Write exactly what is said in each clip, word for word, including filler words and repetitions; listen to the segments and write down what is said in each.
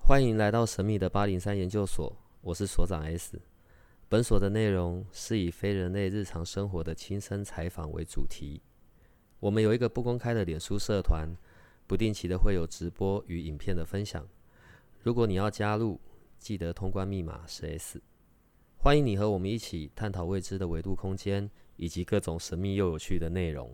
欢迎来到神秘的八零三研究所，我是所长 S。 本所的内容是以非人类日常生活的亲身采访为主题。我们有一个不公开的脸书社团，不定期的会有直播与影片的分享。如果你要加入，记得通关密码是 S。 欢迎你和我们一起探讨未知的维度空间，以及各种神秘又有趣的内容。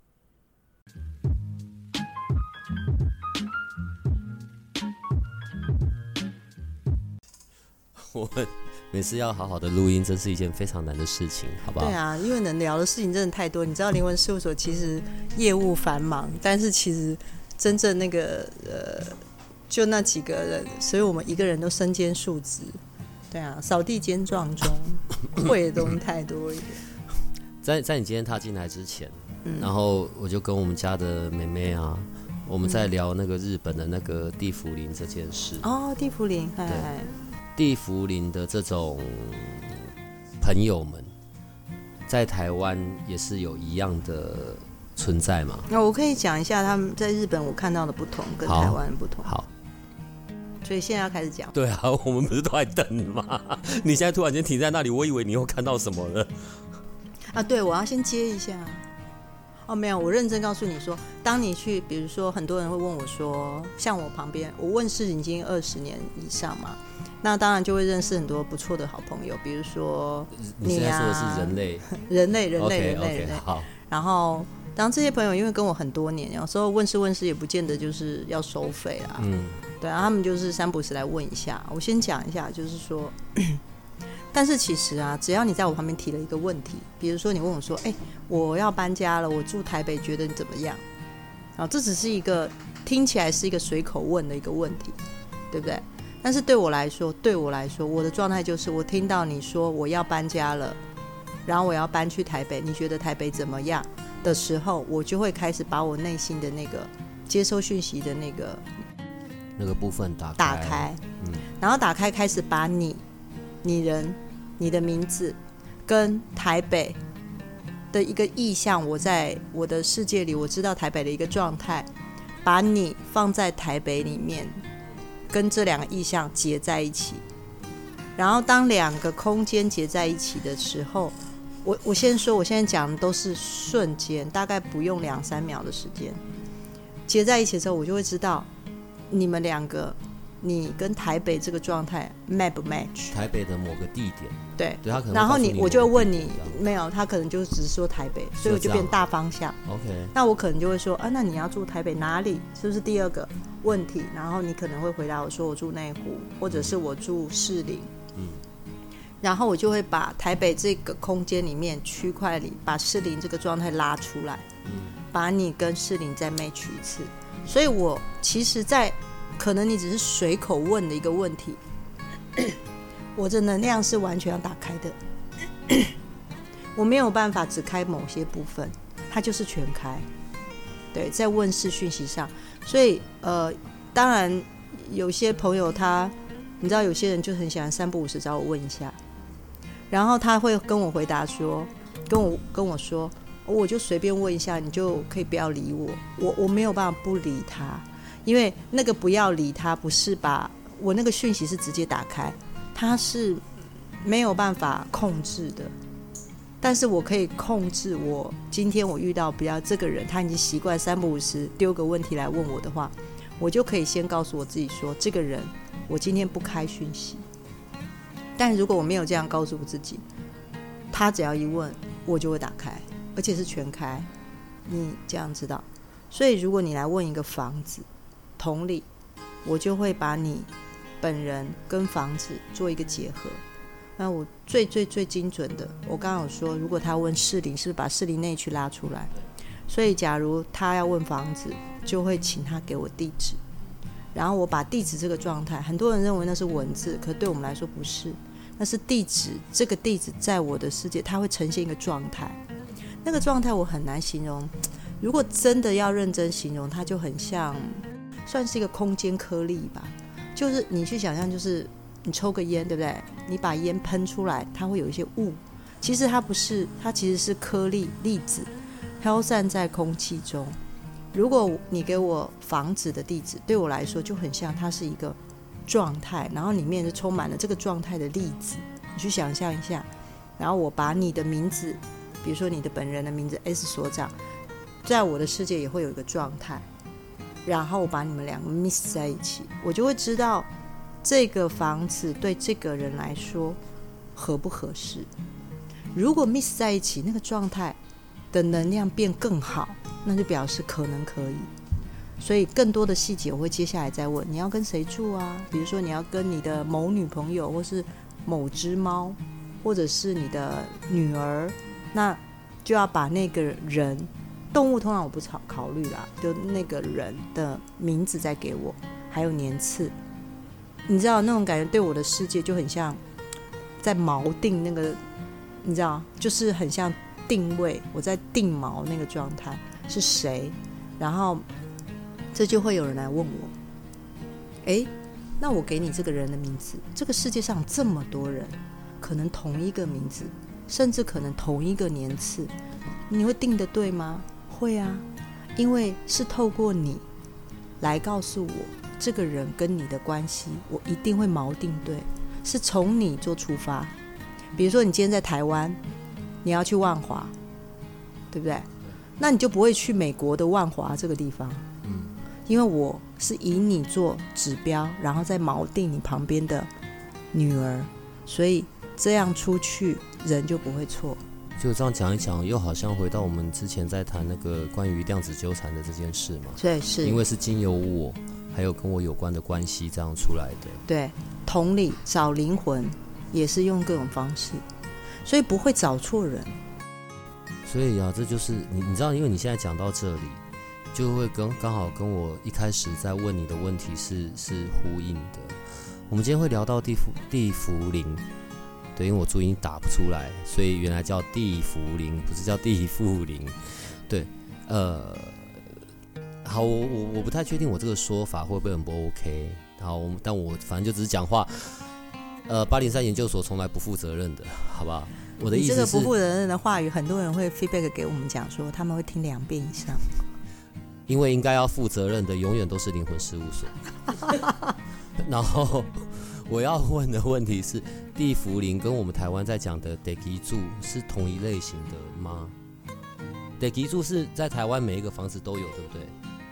我们每次要好好的录音，真是一件非常难的事情，好不好？ 对啊，因为能聊的事情真的太多。你知道灵魂事务所其实业务繁忙，但是其实真正那个呃，就那几个人，所以我们一个人都身兼数职。对啊，扫地兼撞钟，会的东西太多一点。 在在你今天踏进来之前，嗯、然后我就跟我们家的妹妹啊，我们在聊那个日本的那个地茯苓这件事。 哦，地茯苓， 对。地茯苓的这种朋友们，在台湾也是有一样的存在吗？ 那、哦、我可以讲一下他们在日本我看到的不同，跟台湾的不同。 好， 所以现在要开始讲。 对啊，我们不是都在等吗？你现在突然间停在那里，我以为你又看到什么了。 啊，对，我要先接一下。哦，没有，我认真告诉你说，当你去，比如说很多人会问我说，像我旁边，我问世已经二十年以上嘛。那当然就会认识很多不错的好朋友，比如说你啊， 你现在说的是人类， 人类，人类， okay, 人类， okay, 人类。 好。 然后，当这些朋友因为跟我很多年，有时候问事问事也不见得就是要收费啦。嗯，对啊，他们就是三不时来问一下。我先讲一下，就是说，但是其实啊，只要你在我旁边提了一个问题，比如说你问我说，哎、欸，我要搬家了，我住台北，觉得你怎么样？啊，这只是一个听起来是一个随口问的一个问题，对不对？但是对我来说，对我来说，我的状态就是我听到你说我要搬家了，然后我要搬去台北，你觉得台北怎么样的时候，我就会开始把我内心的那个接收讯息的那个那个部分打开， 打开，嗯，然后打开开始把你、你人、你的名字跟台北的一个意象，我在我的世界里，我知道台北的一个状态，把你放在台北里面。跟这两个意象结在一起，然后当两个空间结在一起的时候，我我先说，我现在讲的都是瞬间，大概不用两三秒的时间。结在一起的时候，我就会知道你们两个，你跟台北这个状态 match 不 match？ 台北的某个地点， 对， 对他可能， 然后你我就会问你，没有，他可能就只是说台北，所以我就变大方向。 OK， 那我可能就会说啊，那你要住台北哪里？是不是第二个问题？然后你可能会回答我说我住内湖，或者是我住士林。嗯，然后我就会把台北这个空间里面区块里，把士林这个状态拉出来，嗯，把你跟士林再 match 一次。所以我其实在可能你只是随口问的一个问题，我的能量是完全要打开的，我没有办法只开某些部分，它就是全开。对，在问世讯息上，所以呃，当然有些朋友他，你知道有些人就很喜欢三不五时找我问一下，然后他会跟我回答说，跟我跟我说，我就随便问一下，你就可以不要理我，我我没有办法不理他，因为那个不要理他，不是把我那个讯息是直接打开，他是没有办法控制的。但是我可以控制我今天我遇到比较这个人，他已经习惯三不五时丢个问题来问我的话，我就可以先告诉我自己说，这个人我今天不开讯息。但如果我没有这样告诉我自己，他只要一问我就会打开，而且是全开，你这样知道。所以如果你来问一个房子，同理我就会把你本人跟房子做一个结合。那我最最最精准的，我刚刚有说，如果他问士林，是不是把士林内区拉出来？所以假如他要问房子，就会请他给我地址，然后我把地址这个状态，很多人认为那是文字，可对我们来说不是，那是地址。这个地址在我的世界，它会呈现一个状态，那个状态我很难形容。如果真的要认真形容，它就很像，算是一个空间颗粒吧。就是你去想象，就是你抽个烟，对不对？你把烟喷出来，它会有一些雾，其实它不是，它其实是颗粒粒子飘散在空气中。如果你给我房子的地址，对我来说就很像它是一个状态，然后里面就充满了这个状态的例子，你去想象一下。然后我把你的名字，比如说你的本人的名字 S 所长，在我的世界也会有一个状态，然后我把你们两个 mix 在一起，我就会知道这个房子对这个人来说合不合适。如果 mix 在一起，那个状态的能量变更好，那就表示可能可以。所以更多的细节我会接下来再问，你要跟谁住啊？比如说你要跟你的某女朋友，或是某只猫，或者是你的女儿，那就要把那个人，动物通常我不考虑啦，就那个人的名字再给我，还有年次。你知道那种感觉对我的世界就很像在锚定那个，你知道，就是很像定位，我在定锚那个状态是谁，然后这就会有人来问我，诶，那我给你这个人的名字，这个世界上这么多人，可能同一个名字，甚至可能同一个年次，你会定得对吗？会啊，因为是透过你来告诉我这个人跟你的关系，我一定会锚定对，是从你做出发。比如说你今天在台湾，你要去万华，对不对？那你就不会去美国的万华这个地方，嗯，因为我是以你做指标，然后再锚定你旁边的女儿，所以这样出去人就不会错。 就这样讲一讲，又好像回到我们之前在谈那个关于量子纠缠的这件事嘛。 对，是因为是经由我还有跟我有关的关系这样出来的。 对，同理找灵魂也是用各种方式，所以不会找错人。 所以啊，这就是你你知道，因为你现在讲到这里，就会跟刚好跟我一开始在问你的问题是是呼应的。我们今天会聊到地府地府灵。对，因为我注音打不出来，所以原来叫地府灵，不是叫地府灵。对，呃，好，我我我不太确定我这个说法会不会很不 OK。好，但我反正就只是讲话。呃，八零三研究所从来不负责任的，好不好？我的意思是， 你这个不负责任的话语，很多人会 feedback 给我们讲说，他们会听两遍以上。 因为应该要负责任的，永远都是灵魂事务所。然后。我要问的问题是，地府灵跟我们台湾在讲的地基主是同一类型的吗？地基主是在台湾每一个房子都有，对不对？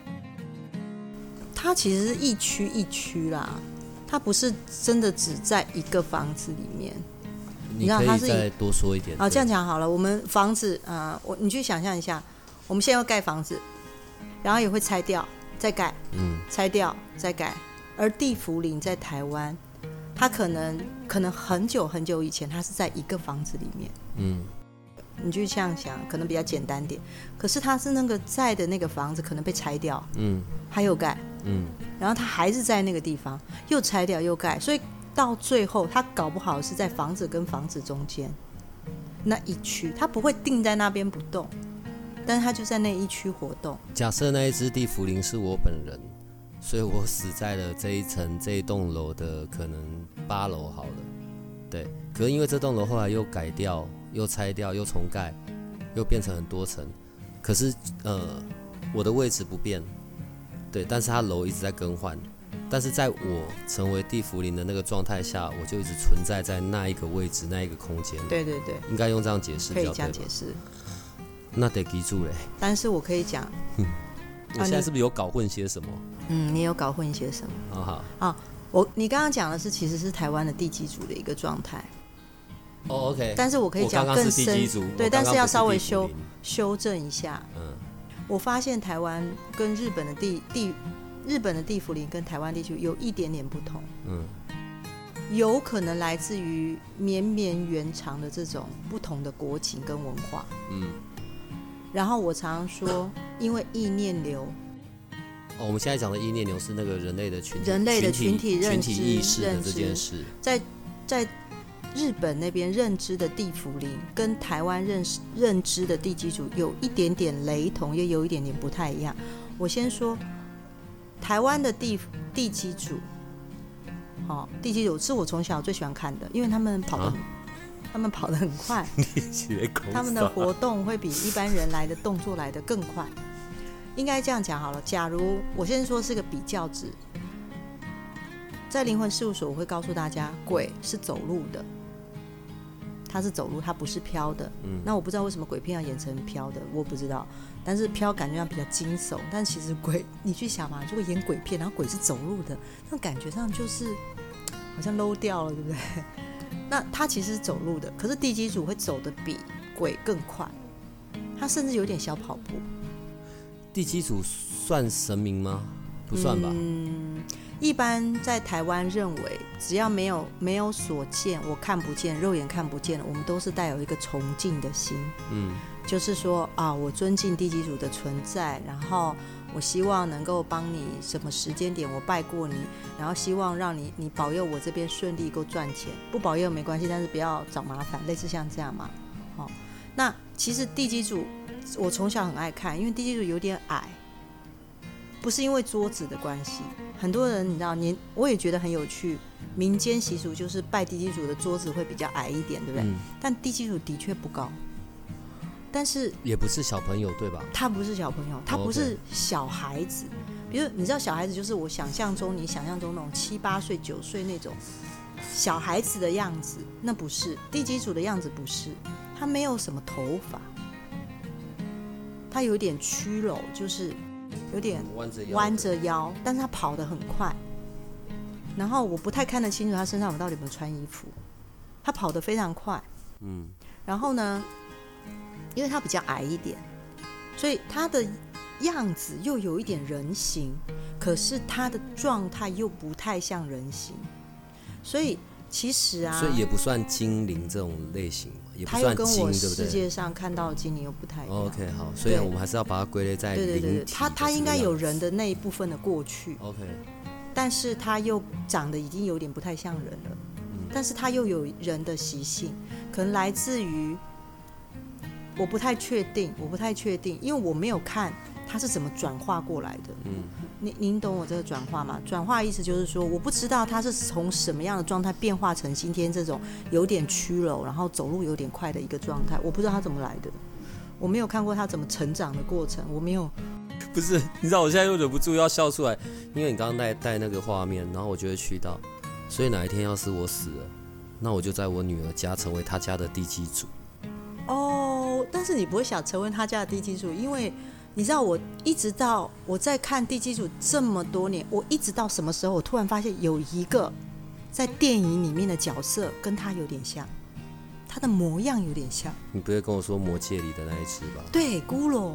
它其实是一区一区啦，它不是真的只在一个房子里面。 你可以再多说一点。 好，这样讲好了。我们房子，呃，我你去想象一下，我们现在要盖房子，然后也会拆掉再盖，嗯，拆掉再盖。而地府灵在台湾。他可能可能很久很久以前，他是在一个房子里面，嗯，你就这样想，可能比较简单点。可是他是那个在的那个房子可能被拆掉，嗯，还有盖，嗯，然后他还是在那个地方，又拆掉又盖，所以到最后他搞不好是在房子跟房子中间那一区，他不会定在那边不动，但是他就在那一区活动。 假设那一只地府灵是我本人。所以我死在了这一层这一栋楼的可能八楼好了，对。可是因为这栋楼后来又改掉、又拆掉、又重盖，又变成很多层。可是呃，我的位置不变，对。但是它楼一直在更换。但是在我成为地府灵的那个状态下，我就一直存在在那一个位置、那一个空间。 对对对， 应该用这样解释比较对吧？ 可以这样解释。 那得记住嘞。 但是我可以讲。 我现在是不是有搞混些什么？ 嗯，你有搞混些什么？ 好好啊，我你刚刚讲的是其实是台湾的地基组的一个状态。 哦 ，OK。 但是我可以讲更深， 刚刚是对， 刚刚但是要稍微修修正一下。 嗯， 我发现台湾跟日本的地地日本的地府灵跟台湾地区有一点点不同。嗯，有可能来自于绵绵原长的这种不同的国情跟文化。嗯。然后我常常说，因为意念流， 哦，我们现在讲的意念流是那个人类的群体、 人类的群体认知、 群体意识的这件事， 在在日本那边认知的地府灵，跟台湾认认知的地基主有一点点雷同，也有一点点不太一样。我先说，台湾的地地基主，哦，地基主是我从小最喜欢看的，因为他们跑得很。啊他们跑得很快，他们的活动会比一般人来的动作来得更快。应该这样讲好了，假如我先说是个比较值， 在灵魂事务所，我会告诉大家，鬼是走路的，它是走路，它不是飘的。嗯，那我不知道为什么鬼片要演成飘的，我不知道。但是飘感觉上比较惊悚，但其实鬼，你去想嘛，如果演鬼片，然后鬼是走路的，那种感觉上就是好像 low 掉了，对不对？那它其实是走路的，可是地基主会走得比鬼更快，他甚至有点小跑步。 地基主算神明吗？不算吧。 嗯，一般在台湾认为，只要没有没有所见，我看不见，肉眼看不见，我们都是带有一个崇敬的心。嗯，就是说啊，我尊敬地基主的存在，然后我希望能够帮你什么时间点我拜过你，然后希望让你你保佑我这边顺利够赚钱，不保佑没关系，但是不要找麻烦，类似像这样嘛。哦，那其实地基主我从小很爱看，因为地基主有点矮。不是因为桌子的关系，很多人你知道，年我也觉得很有趣。民间习俗就是拜地基主的桌子会比较矮一点，对不对？嗯、但地基主的确不高，但是也不是小朋友，对吧？ 他不是小朋友，他不是小孩子。Oh, okay. 比如你知道，小孩子就是我想象中你想象中那种七八岁、九岁那种小孩子的样子，那不是地基主的样子，不是。他没有什么头发，他有点曲偻，就是。有点弯着腰，但是他跑得很快，然后我不太看得清楚他身上到底有没有穿衣服，他跑得非常快，嗯，然后呢，因为他比较矮一点，所以他的样子又有一点人形，可是他的状态又不太像人形，所以其实啊， 所以也不算精灵这种类型。也不算精， 他又跟我世界上看到的精灵又不太一样。 OK， 好，所以我们还是要把它归类在灵体。对对对， 他他应该有人的那一部分的过去。 OK， 但是他又长得已经有点不太像人了，嗯、但是他又有人的习性，可能来自于我不太确定，我不太确定，因为我没有看他是怎么转化过来的。嗯。您您懂我这个转化吗？转化意思就是说，我不知道他是从什么样的状态变化成今天这种有点曲偻，然后走路有点快的一个状态。我不知道他怎么来的，我没有看过他怎么成长的过程，我没有。 不是，你知道我现在又忍不住要笑出来，因为你刚刚带带那个画面，然后我就会去到，所以哪一天要是我死了，那我就在我女儿家成为她家的地基主。 哦，但是你不会想成为她家的地基主，因为。你知道我一直到我在看地基主这么多年，我一直到什么时候，我突然发现有一个在电影里面的角色跟他有点像，他的模样有点像。 你不会跟我说魔戒里的那一只吧？ 对，咕噜。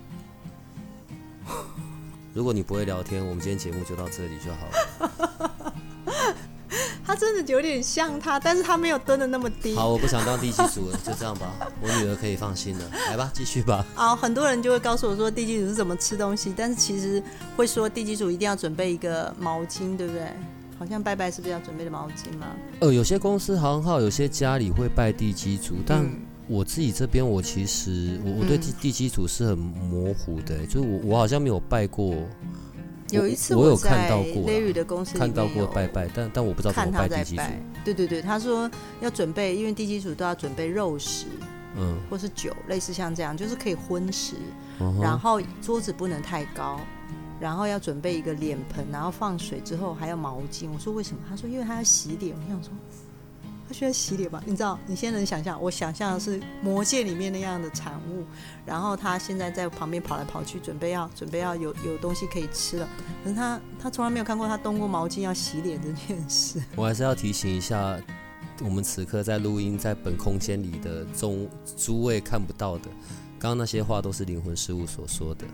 如果你不会聊天，我们今天节目就到这里就好了。 他真的有点像他，但是他没有蹲得那么低。 好，我不想当地基主了，就这样吧。我女儿可以放心了，来吧，继续吧。 好，很多人就会告诉我说地基主是怎么吃东西，但是其实会说地基主一定要准备一个毛巾，对不对？好像拜拜是不是要准备的毛巾吗？ 呃，有些公司行号，有些家里会拜地基主，但我自己这边我其实我我对地基主是很模糊的、欸，就是我我好像没有拜过。 有一次我有看到过 Larry 的公司里面看到过拜拜，但但我不知道怎么拜地基主。 对对对，他说要准备，因为地基主都要准备肉食，嗯，或是酒，类似像这样，就是可以荤食。嗯、然后桌子不能太高，然后要准备一个脸盆，然后放水之后还要毛巾。我说为什么？他说因为他要洗脸。我想说他需要洗脸吧？你知道，你现在能想象，我想象的是魔戒里面那样的产物，然后他现在在旁边跑来跑去，准备要准备要有有东西可以吃了。可是他他从来没有看过他动过毛巾要洗脸这件事。 我还是要提醒一下，我们此刻在录音，在本空间里的中诸位看不到的，刚刚那些话都是灵魂事务所说的。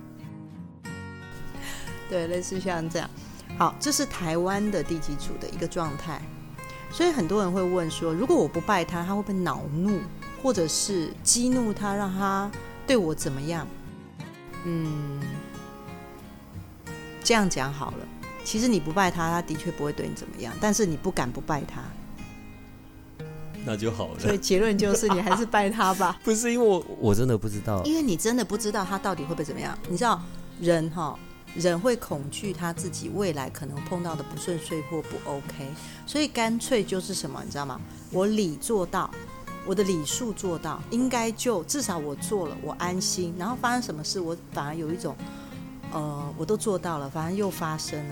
对，类似像这样。好，这是台湾的地基主的一个状态。所以很多人会问说，如果我不拜他，他会不会恼怒，或者是激怒他，让他对我怎么样？嗯，这样讲好了。其实你不拜他，他的确不会对你怎么样，但是你不敢不拜他， 那就好了。 所以结论就是你还是拜他吧。 不是因为我我真的不知道， 因为你真的不知道他到底会不会怎么样。你知道人哈。人会恐惧他自己未来可能碰到的不顺遂或不 OK， 所以干脆就是什么，你知道吗？我理做到，我的理数做到，应该就至少我做了，我安心。然后发生什么事，我反而有一种，呃，我都做到了，反正又发生了，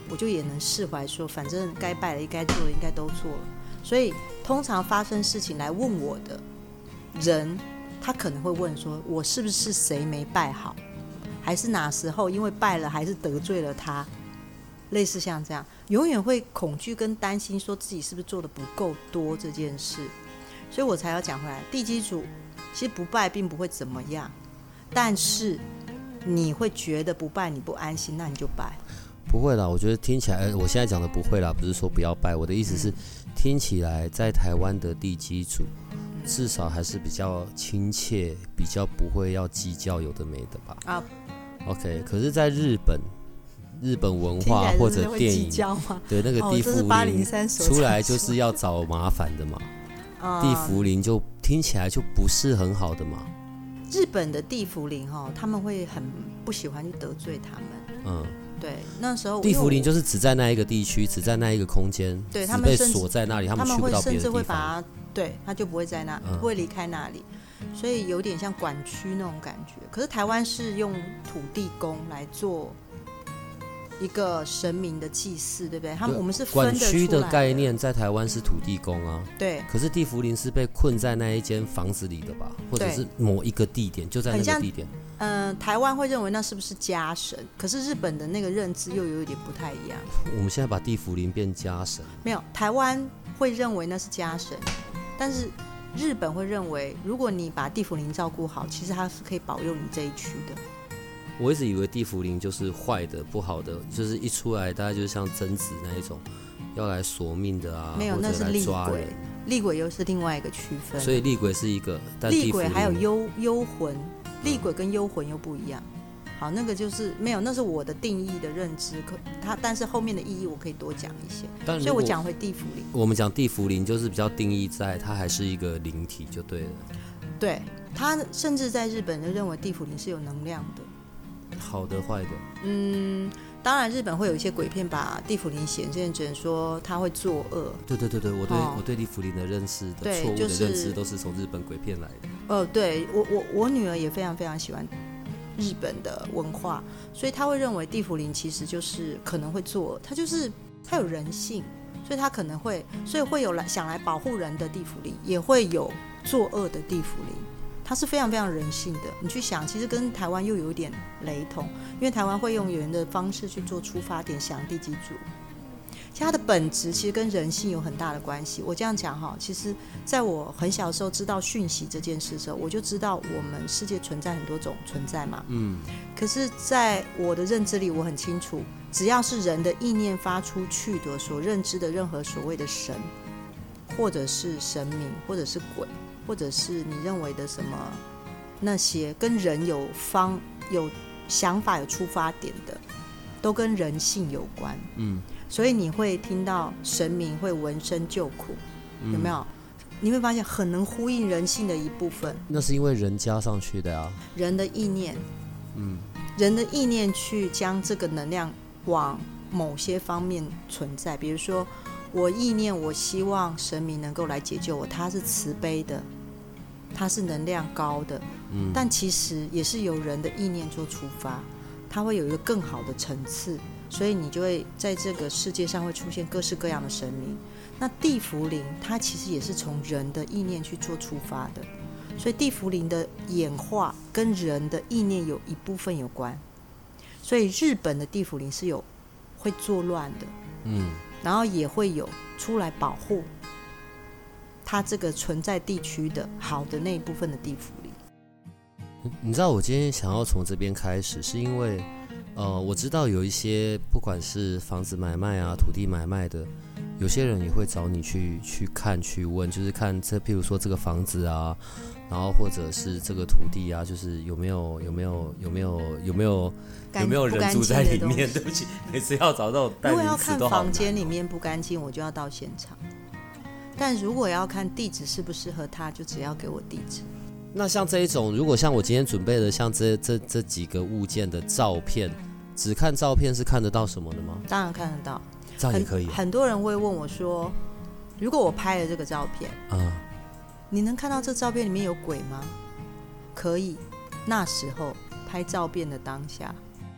我就也能释怀说，反正该拜的、该做的应该都做了。所以通常发生事情来问我的人，他可能会问说，我是不是谁没拜好，还是哪时候因为拜了还是得罪了他，类似像这样，永远会恐惧跟担心说自己是不是做的不够多这件事。所以我才要讲回来，地基主其实不拜并不会怎么样，但是你会觉得不拜你不安心，那你就拜。 不会啦，我觉得听起来，我现在讲的不会啦，不是说不要拜，我的意思是，听起来在台湾的地基主，至少还是比较亲切，比较不会要计较有的没的吧。 啊 ，OK， 可是，在日本，日本文化或者电影，对那个地茯苓出来就是要找麻烦的嘛，哦、地茯苓就听起来就不是很好的嘛。 日本的地茯苓哈，他们会很不喜欢去得罪他们。嗯。对，那时候地茯苓就是只在那一个地区，只在那一个空间， 对， 他们被锁在那里，他们去不到别的地方。 甚至会把它，对，他就不会在那，嗯、不会离开那里，所以有点像管区那种感觉。可是台湾是用土地公来做一个神明的祭祀，对不对？他们我们是分得出来的。 管区的概念在台湾是土地公啊， 对。 可是地茯苓是被困在那一间房子里的吧，或者是某一个地点，就在那个地点。 嗯、呃，台湾会认为那是不是家神？可是日本的那个认知又有一点不太一样。 我们现在把地茯苓变家神， 没有，台湾会认为那是家神，但是日本会认为，如果你把地茯苓照顾好，其实它是可以保佑你这一区的。 我一直以为地茯苓就是坏的、不好的，就是一出来大概就是像贞子那一种，要来索命的啊， 没有，那是厉鬼， 人厉鬼又是另外一个区分。 所以厉鬼是一个，但厉鬼还有幽幽魂。厉鬼跟幽魂又不一样，好，那个就是没有，那是我的定义的认知，可它但是后面的意义我可以多讲一些，所以我讲回地茯苓。 我们讲地茯苓就是比较定义在它还是一个灵体就对了。 对，它甚至在日本就认为地茯苓是有能量的， 好的坏的。 嗯，当然日本会有一些鬼片把地茯苓显现成说它会作恶。 对对对对，我对、哦、我对地茯苓的认识的错误的认知都是从日本鬼片来的。 哦，对我我我女儿也非常非常喜欢日本的文化，所以她会认为地茯苓其实就是可能会作恶，它就是它有人性，所以它可能会，所以会有来想来保护人的地茯苓，也会有作恶的地茯苓，它是非常非常人性的。你去想，其实跟台湾又有一点雷同，因为台湾会用人的方式去做出发点，想地基主。其实它的本质其实跟人性有很大的关系。我这样讲哈，其实在我很小的时候知道讯息这件事的时候，我就知道我们世界存在很多种存在嘛。嗯。可是在我的认知里，我很清楚，只要是人的意念发出去的所认知的任何所谓的神，或者是神明，或者是鬼，或者是你认为的什么那些跟人有方有想法有出发点的，都跟人性有关。嗯。所以你会听到神明会闻声救苦，有没有？嗯、你会发现很能呼应人性的一部分。 那是因为人加上去的啊， 人的意念，嗯，人的意念去将这个能量往某些方面存在。比如说，我意念，我希望神明能够来解救我，他是慈悲的，他是能量高的，嗯，但其实也是由人的意念做出发，他会有一个更好的层次。所以你就会在这个世界上会出现各式各样的神明。那地茯苓它其实也是从人的意念去做出发的，所以地茯苓的演化跟人的意念有一部分有关。所以日本的地茯苓是有会作乱的，嗯，然后也会有出来保护它这个存在地区的好的那一部分的地茯苓。 你知道我今天想要从这边开始，是因为呃，我知道有一些不管是房子买卖啊、土地买卖的，有些人也会找你去去看、去问，就是看这，譬如说这个房子啊，然后或者是这个土地啊，就是有没有有没有有没有有没有有没有人住在里面？对不起，每次要找到代名词都好难。如果要看房间里面不干净，我就要到现场；但如果要看地址适不适合他，就只要给我地址。 那像这一种，如果像我今天准备的像这这这几个物件的照片，只看照片是看得到什么的吗？ 当然看得到， 这样也可以。 很, 很多人会问我说，如果我拍了这个照片，啊，你能看到这照片里面有鬼吗？可以，那时候拍照片的当下，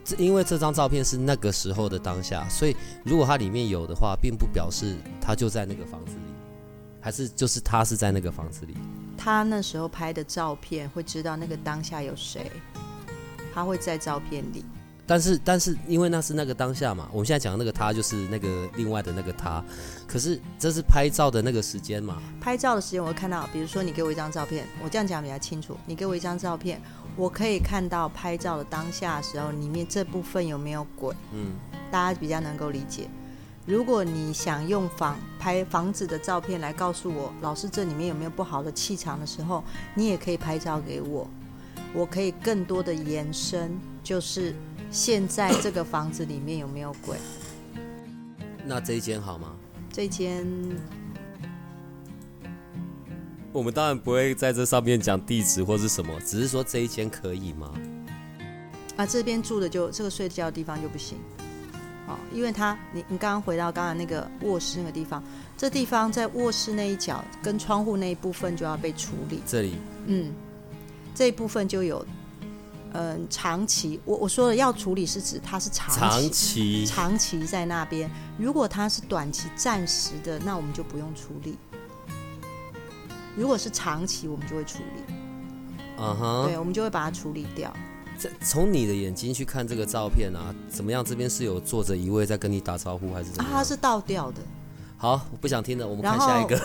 因为这张照片是那个时候的当下，所以如果它里面有的话，并不表示他就在那个房子里，还是就是他是在那个房子里。 他那时候拍的照片会知道那个当下有谁，他会在照片里。 但是但是因为那是那个当下嘛，我们现在讲的那个他就是那个另外的那个他，可是这是拍照的那个时间嘛。 拍照的时间我会看到，比如说你给我一张照片，我这样讲比较清楚，你给我一张照片，我可以看到拍照的当下的时候里面这部分有没有鬼，嗯，大家比较能够理解。如果你想用房拍房子的照片来告诉我老师这里面有没有不好的气场的时候，你也可以拍照给我，我可以更多的延伸，就是现在这个房子里面有没有鬼。 那这一间好吗？ 这一间我们当然不会在这上面讲地址或是什么，只是说这一间可以吗？ 啊，这边住的就这个睡觉的地方就不行。哦，因为他你你刚刚回到刚才那个卧室那个地方，这地方在卧室那一角跟窗户那一部分就要被处理。 这里， 嗯，这一部分就有，嗯、呃，长期我我说的要处理是指它是长期长期长期在那边。如果它是短期暂时的，那我们就不用处理。如果是长期，我们就会处理。 嗯哼， 对，我们就会把它处理掉。 从你的眼睛去看这个照片啊，怎么样？这边是有坐着一位在跟你打招呼，还是怎么样？ 啊，它是倒吊的。 好，我不想听了，我们看下一个。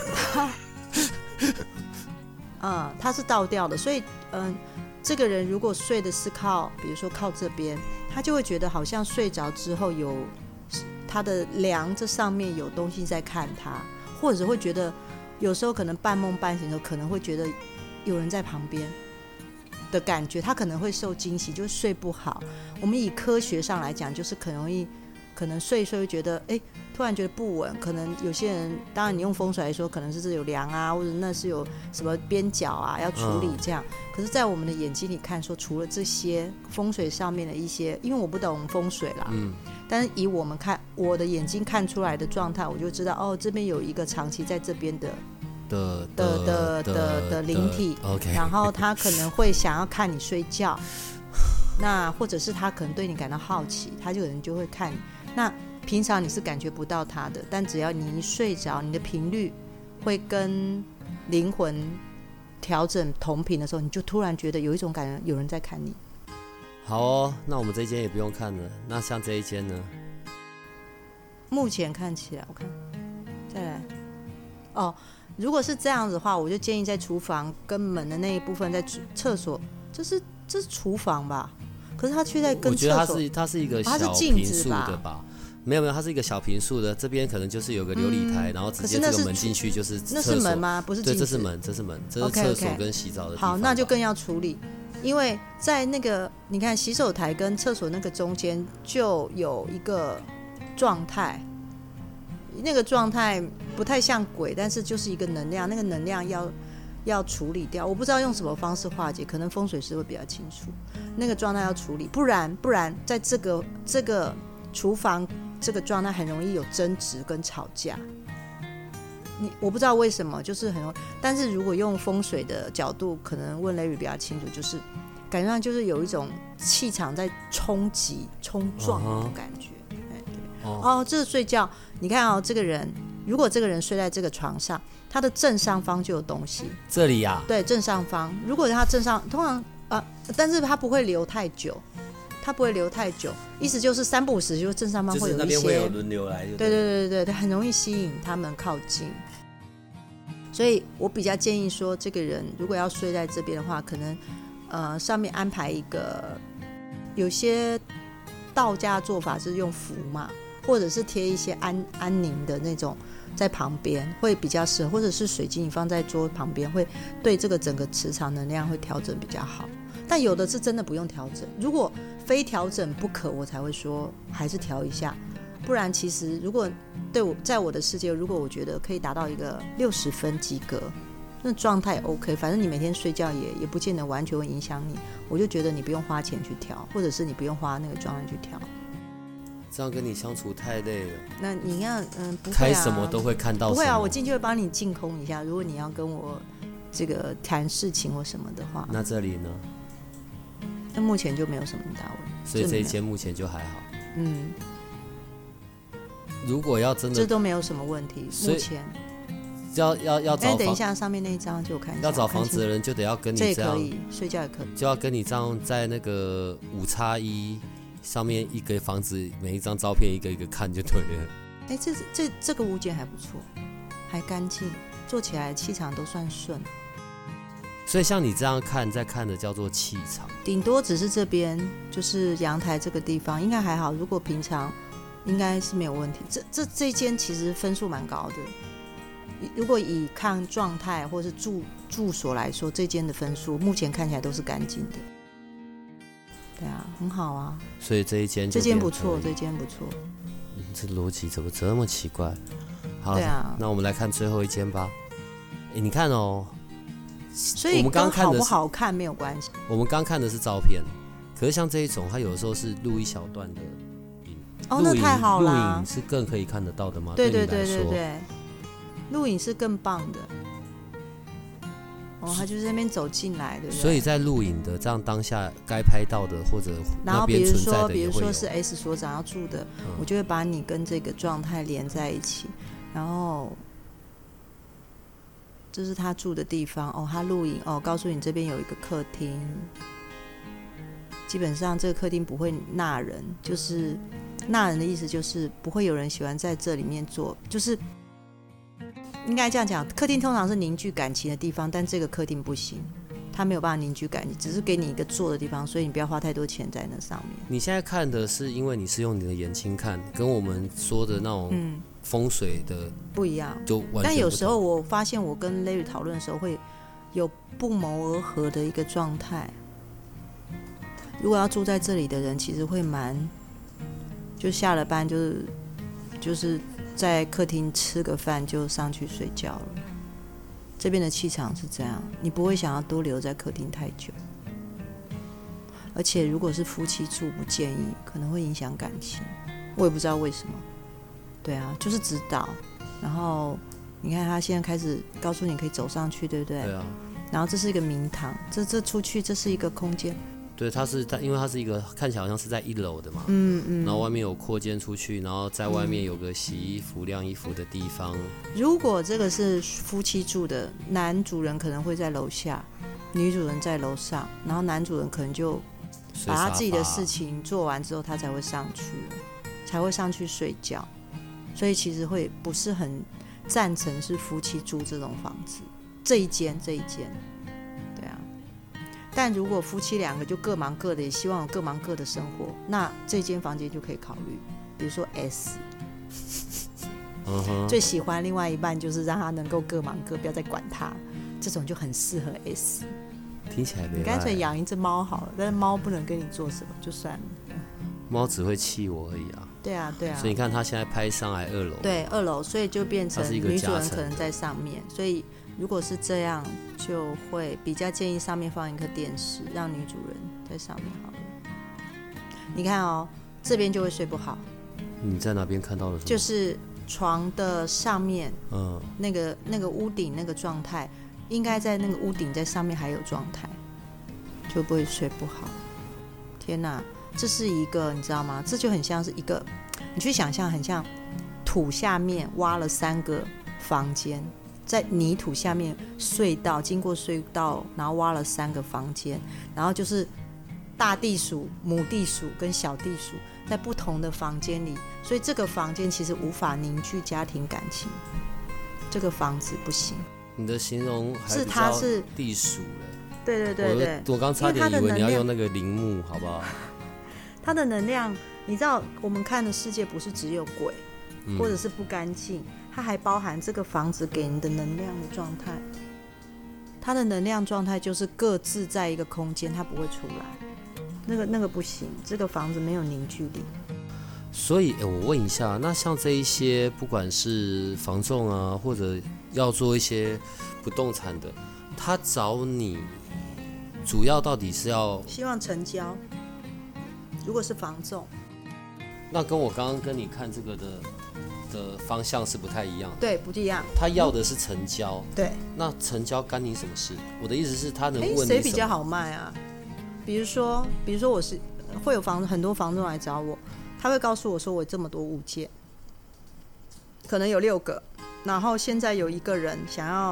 嗯，它是倒吊的，所以嗯，这个人如果睡的是靠，比如说靠这边，他就会觉得好像睡着之后有他的梁这上面有东西在看他，或者会觉得有时候可能半梦半醒的时候，可能会觉得有人在旁边的感觉，他可能会受惊喜，就是睡不好。我们以科学上来讲，就是很容易可能睡一睡会觉得哎，突然觉得不稳，可能有些人当然你用风水来说可能是这有梁啊，或者那是有什么边角啊要处理这样、嗯、可是在我们的眼睛里看说，除了这些风水上面的一些，因为我不懂风水啦、嗯、但是以我们看我的眼睛看出来的状态，我就知道哦，这边有一个长期在这边的的的的的的灵体， okay. 然后他可能会想要看你睡觉那或者是他可能对你感到好奇，他就可能就会看你。那平常你是感觉不到他的，但只要你一睡着，你的频率会跟灵魂调整同频的时候，你就突然觉得有一种感觉有人在看你。 好哦，那我们这一间也不用看了。那像这一间呢？ 目前看起来，我看再来哦，如果是这样子的话，我就建议在厨房跟门的那一部分，在厕所，这是这是厨房吧？可是它却在跟厕所， 我觉得它是它是一个小平数的吧？没有没有，它是一个小平数的，这边可能就是有个琉璃台、嗯，然后直接这个门进去就是厕所。 那是门吗？不是镜子。 对，这是门，这是门，这是厕所跟洗澡的地方。 好，那就更要处理，因为在那个你看洗手台跟厕所那个中间就有一个状态，那个状态不太像鬼，但是就是一个能量，那个能量要要处理掉。我不知道用什么方式化解，可能风水师会比较清楚。那个状态要处理，不然不然在这个这个厨房这个状态很容易有争执跟吵架。你我不知道为什么，就是很容易。但是如果用风水的角度，可能问 Larry 比较清楚，就是感觉上就是有一种气场在冲击、冲撞的感觉。Uh-huh. 哎，对。哦，哦，这个睡觉，你看哦，这个人如果这个人睡在这个床上，他的正上方就有东西。 这里呀、啊？ 对，正上方。如果他正上，通常啊，但是他不会留太久。它不会留太久，意思就是三不五时就正上方会有一些， 就是那边会有轮流来， 对对对对对，很容易吸引他们靠近。所以我比较建议说，这个人如果要睡在这边的话，可能呃上面安排一个，有些道家做法是用符嘛，或者是贴一些安安宁的那种在旁边会比较适合，或者是水晶你放在桌旁边，会对这个整个磁场能量会调整比较好。但有的是真的不用调整，如果非调整不可，我才会说还是调一下。不然其实如果对我在我的世界，如果我觉得可以达到一个六十分及格，那状态也 OK， 反正你每天睡觉也也不见得完全会影响你，我就觉得你不用花钱去调，或者是你不用花那个状态去调。 这样跟你相处太累了。 那你要嗯不会啊， 开什么都会看到什么。 不会啊，我进去会帮你净空一下。如果你要跟我这个谈事情或什么的话， 那这里呢？ 那目前就没有什么大问题。 所以这一间目前就还好。 嗯， 如果要真的， 这都没有什么问题。目前要要要找房， 哎，等一下，上面那一张就我看一下。 要找房子的人就得要跟你这样， 这也可以，睡觉也可以， 就要跟你这样在那个五叉一上面一个房子，每一张照片一个一个看就对了。 哎，这这这个物件还不错，还干净，做起来气场都算顺。 所以像你这样看，在看的叫做气场， 顶多只是这边就是阳台这个地方应该还好，如果平常应该是没有问题。这这这间其实分数蛮高的，如果以看状态或是住住所来说，这间的分数目前看起来都是干净的。对啊，很好啊。 所以这一间这间不错，这间不错。 嗯、这逻辑怎么这么奇怪？好， 对啊， 那我们来看最后一间吧。哎，你看哦。 所以跟好不好看没有关系。 我们刚看的是照片，可是像这一种，它有的时候是录一小段的影。 哦，那太好了。 录影是更可以看得到的吗？ 对对对对对，录影是更棒的。哦，他就是那边走进来，对不对？ 所以在录影的这样当下该拍到的或者那边存在的也会有。然后比如说，比如说是 S 所长要住的，嗯、我就会把你跟这个状态连在一起，然后。这是他住的地方哦，他录影哦，告诉你这边有一个客厅，基本上这个客厅不会纳人，就是纳人的意思就是不会有人喜欢在这里面坐，就是应该这样讲，客厅通常是凝聚感情的地方，但这个客厅不行，它没有办法凝聚感情，只是给你一个坐的地方，所以你不要花太多钱在那上面。 你现在看的是因为你是用你的眼睛看，跟我们说的那种嗯。风水的不一样， 就完全不同。 但有时候我发现，我跟 Larry 讨论的时候，会有不谋而合的一个状态。如果要住在这里的人，其实会蛮，就下了班就是就是在客厅吃个饭就上去睡觉了。这边的气场是这样，你不会想要多留在客厅太久。而且如果是夫妻住，不建议，可能会影响感情。我也不知道为什么。对啊，就是指导，然后你看他现在开始告诉你可以走上去，对不对？ 对啊。 然后这是一个明堂，这这出去这是一个空间。 对，它是因为它是一个看起来好像是在一楼的嘛， 嗯嗯。 然后外面有扩间出去，然后在外面有个洗衣服、晾衣服的地方。 如果这个是夫妻住的，男主人可能会在楼下，女主人在楼上，然后男主人可能就把他自己的事情做完之后，他才会上去，才会上去睡觉。所以其实会不是很赞成是夫妻住这种房子，这一间这一间，对啊。但如果夫妻两个就各忙各的，也希望有各忙各的生活，那这间房间就可以考虑。比如说 S， 最喜欢另外一半就是让他能够各忙各，不要再管他，这种就很适合 S。 听起来没， 你干脆养一只猫好了，但是猫不能跟你做什么，就算了。 猫只会气我而已啊。 对啊，对啊。 所以你看，他现在拍上来二楼。 对，二楼，所以就变成女主人可能在上面。所以如果是这样，就会比较建议上面放一颗电视，让女主人在上面好了。你看哦，这边就会睡不好。 你在哪边看到的？ 就是床的上面，嗯，那个那个屋顶那个状态，应该在那个屋顶在上面还有状态，就不会睡不好。天哪！这是一个你知道吗？这就很像是一个，你去想象，很像土下面挖了三个房间，在泥土下面隧道，经过隧道，然后挖了三个房间，然后就是大地鼠、母地鼠跟小地鼠在不同的房间里，所以这个房间其实无法凝聚家庭感情，这个房子不行。 你的形容还是它是地鼠嘞？ 对对对对， 我, 我刚差点以为你要用那个陵墓，好不好？ 它的能量，你知道，我们看的世界不是只有鬼，嗯、或者是不干净，它还包含这个房子给你的能量的状态。它的能量状态就是各自在一个空间，它不会出来。那个那个不行，这个房子没有凝聚力。 所以，我问一下，那像这一些，不管是房仲啊，或者要做一些不动产的，他找你，主要到底是要希望成交。如果是房仲， 那跟我刚刚跟你看这个的的方向是不太一样的。 对，不一样。 他要的是成交。 对。 那成交干你什么事？我的意思是，他能问你什么？ 谁比较好卖啊？比如说，比如说我是会有房很多房东来找我，他会告诉我说我这么多物件，可能有六个，然后现在有一个人想要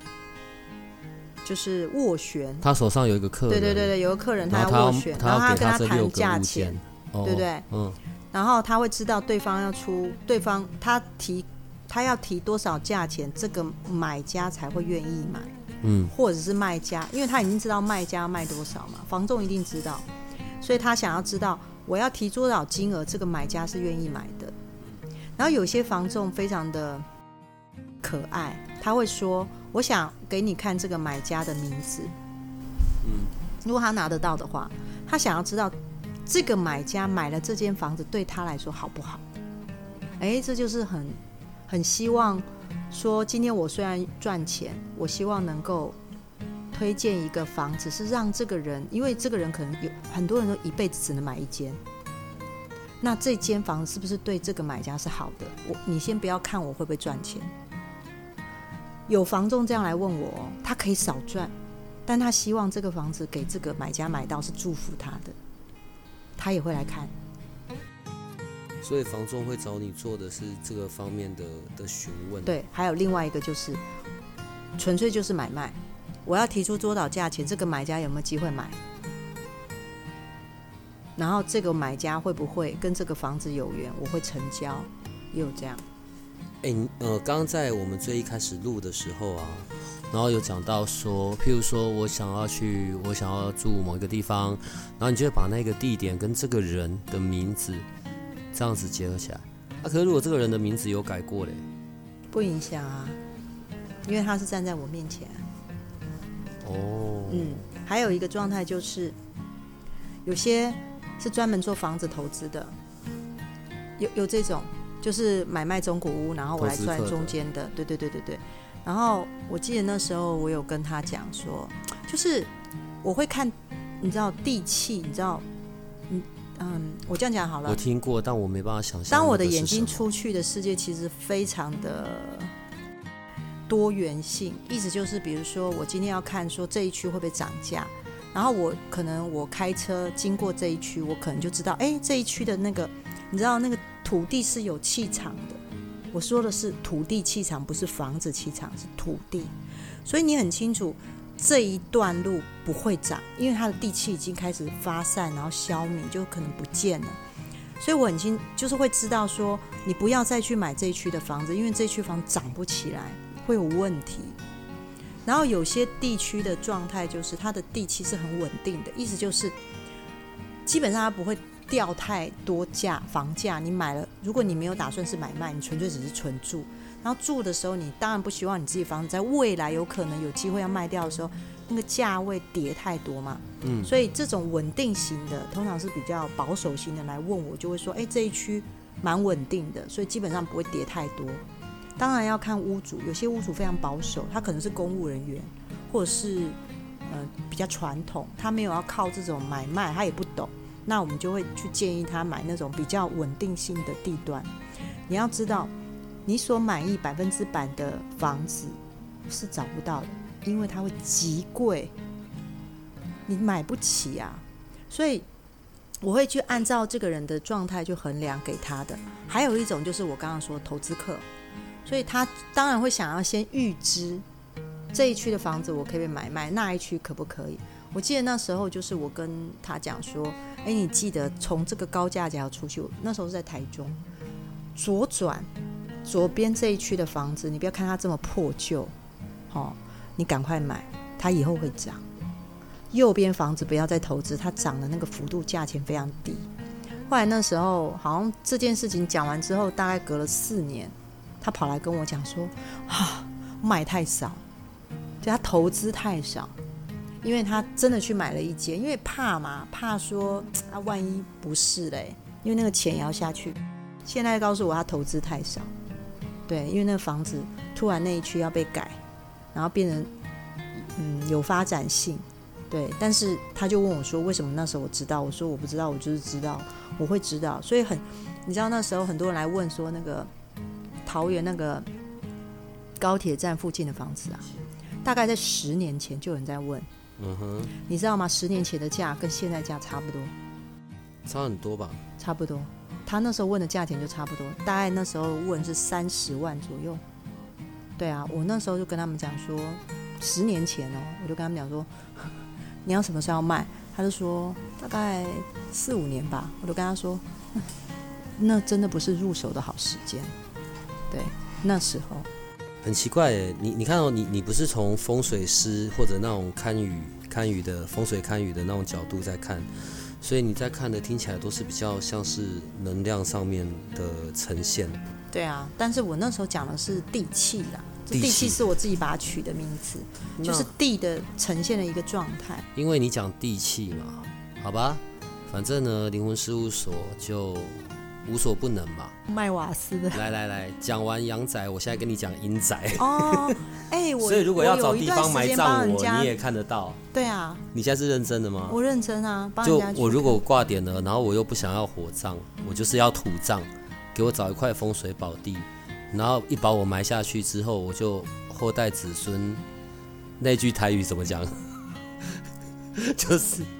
就是斡旋， 他手上有一个客人， 对对对对，有个客人他要斡旋，然后他跟他谈价钱， 哦、 对不对？ 嗯， 然后他会知道对方要出，对方他提他要提多少价钱，这个买家才会愿意买， 嗯，或者是卖家，因为他已经知道卖家卖多少嘛，房仲一定知道，所以他想要知道我要提多少金额，这个买家是愿意买的。然后有些房仲非常的可爱，他会说我想给你看这个买家的名字，嗯，如果他拿得到的话，他想要知道这个买家买了这间房子对他来说好不好。哎，这就是很很希望说，今天我虽然赚钱，我希望能够推荐一个房子，是让这个人，因为这个人可能有很多人都一辈子只能买一间，那这间房子是不是对这个买家是好的？我你先不要看我会不会赚钱，有房仲这样来问我，他可以少赚，但他希望这个房子给这个买家买到是祝福他的，他也会来看。 所以房仲会找你做的是这个方面的的询问。 对，还有另外一个就是纯粹就是买卖，我要提出多少价钱，这个买家有没有机会买，然后这个买家会不会跟这个房子有缘，我会成交，也有这样。 哎、欸，呃，刚刚在我们最一开始录的时候啊，然后有讲到说，譬如说我想要去，我想要住某一个地方，然后你就会把那个地点跟这个人的名字这样子结合起来。啊，可是如果这个人的名字有改过嘞， 不影响啊，因为他是站在我面前。 哦， 嗯，还有一个状态就是，有些是专门做房子投资的，有有这种。就是买卖中古屋，然后我来赚中间的，对对对对对。然后我记得那时候我有跟他讲说，就是我会看，你知道地气，你知道，嗯嗯，我这样讲好了。 我听过，但我没办法想象。 当我的眼睛出去的世界其实非常的多元性，意思就是比如说我今天要看说这一区会不会涨价，然后我可能我开车经过这一区，我可能就知道哎这一区的那个你知道那个土地是有气场的，我说的是土地气场，不是房子气场，是土地。所以你很清楚这一段路不会涨，因为它的地气已经开始发散，然后消弭，就可能不见了。所以我很清就是会知道说你不要再去买这一区的房子，因为这一区房涨不起来，会有问题。然后有些地区的状态就是它的地气是很稳定的，意思就是基本上它不会掉太多价，房价你买了，如果你没有打算是买卖，你纯粹只是纯住，然后住的时候你当然不希望你自己房子在未来有可能有机会要卖掉的时候那个价位跌太多嘛，嗯，所以这种稳定型的通常是比较保守型的来问我，就会说哎这一区蛮稳定的，所以基本上不会跌太多。当然要看屋主，有些屋主非常保守，他可能是公务人员或者是、呃、比较传统，他没有要靠这种买卖，他也不懂，那我们就会去建议他买那种比较稳定性的地段。你要知道你所满意百分之百的房子是找不到的，因为它会极贵，你买不起啊。所以我会去按照这个人的状态去衡量给他的。还有一种就是我刚刚说投资客，所以他当然会想要先预知这一区的房子我可不可以买卖，那一区可不可以。我记得那时候就是我跟他讲说哎，你记得从这个高架桥出去，那时候是在台中，左转左边这一区的房子，你不要看它这么破旧、哦、你赶快买，它以后会涨。右边房子不要再投资，它涨的那个幅度价钱非常低。后来那时候好像这件事情讲完之后，大概隔了四年，他跑来跟我讲说啊，我买太少，就他投资太少，因为他真的去买了一间，因为怕嘛，怕说啊万一不是嘞，因为那个钱也要下去。现在告诉我他投资太少，对，因为那个房子突然那一区要被改，然后变成嗯有发展性，对，但是他就问我说为什么那时候我知道，我说我不知道，我就是知道，我会知道。所以很你知道那时候很多人来问说那个桃园那个高铁站附近的房子啊，大概在十年前就有人在问，嗯哼，你知道吗？十年前的价跟现在价差不多， 差很多吧？ 差不多，他那时候问的价钱就差不多，大概那时候问是三十万左右。对啊，我那时候就跟他们讲说，十年前哦，我就跟他们讲说，你要什么时候要卖？他就说大概四五年吧。我就跟他说，那真的不是入手的好时间。对，那时候很奇怪耶，你你看哦，你你不是从风水师或者那种看雨看雨的风水看雨的那种角度在看，所以你在看的听起来都是比较像是能量上面的呈现。 对啊，但是我那时候讲的是地气啦，地气是我自己把它取的名字，就是地的呈现的一个状态。 因为你讲地气嘛，好吧，反正呢，灵魂事务所就无所不能嘛。 卖瓦斯的。 来来来，讲完阳宅，我现在跟你讲阴宅。 哦，哎、欸，我所以如果要找地方埋葬我，你也看得到。 对啊。 你现在是认真的吗？ 我认真啊，帮人家去看。 就我如果挂点了，然后我又不想要火葬，我就是要土葬，给我找一块风水宝地，然后一把我埋下去之后，我就后代子孙。那句台语怎么讲？就是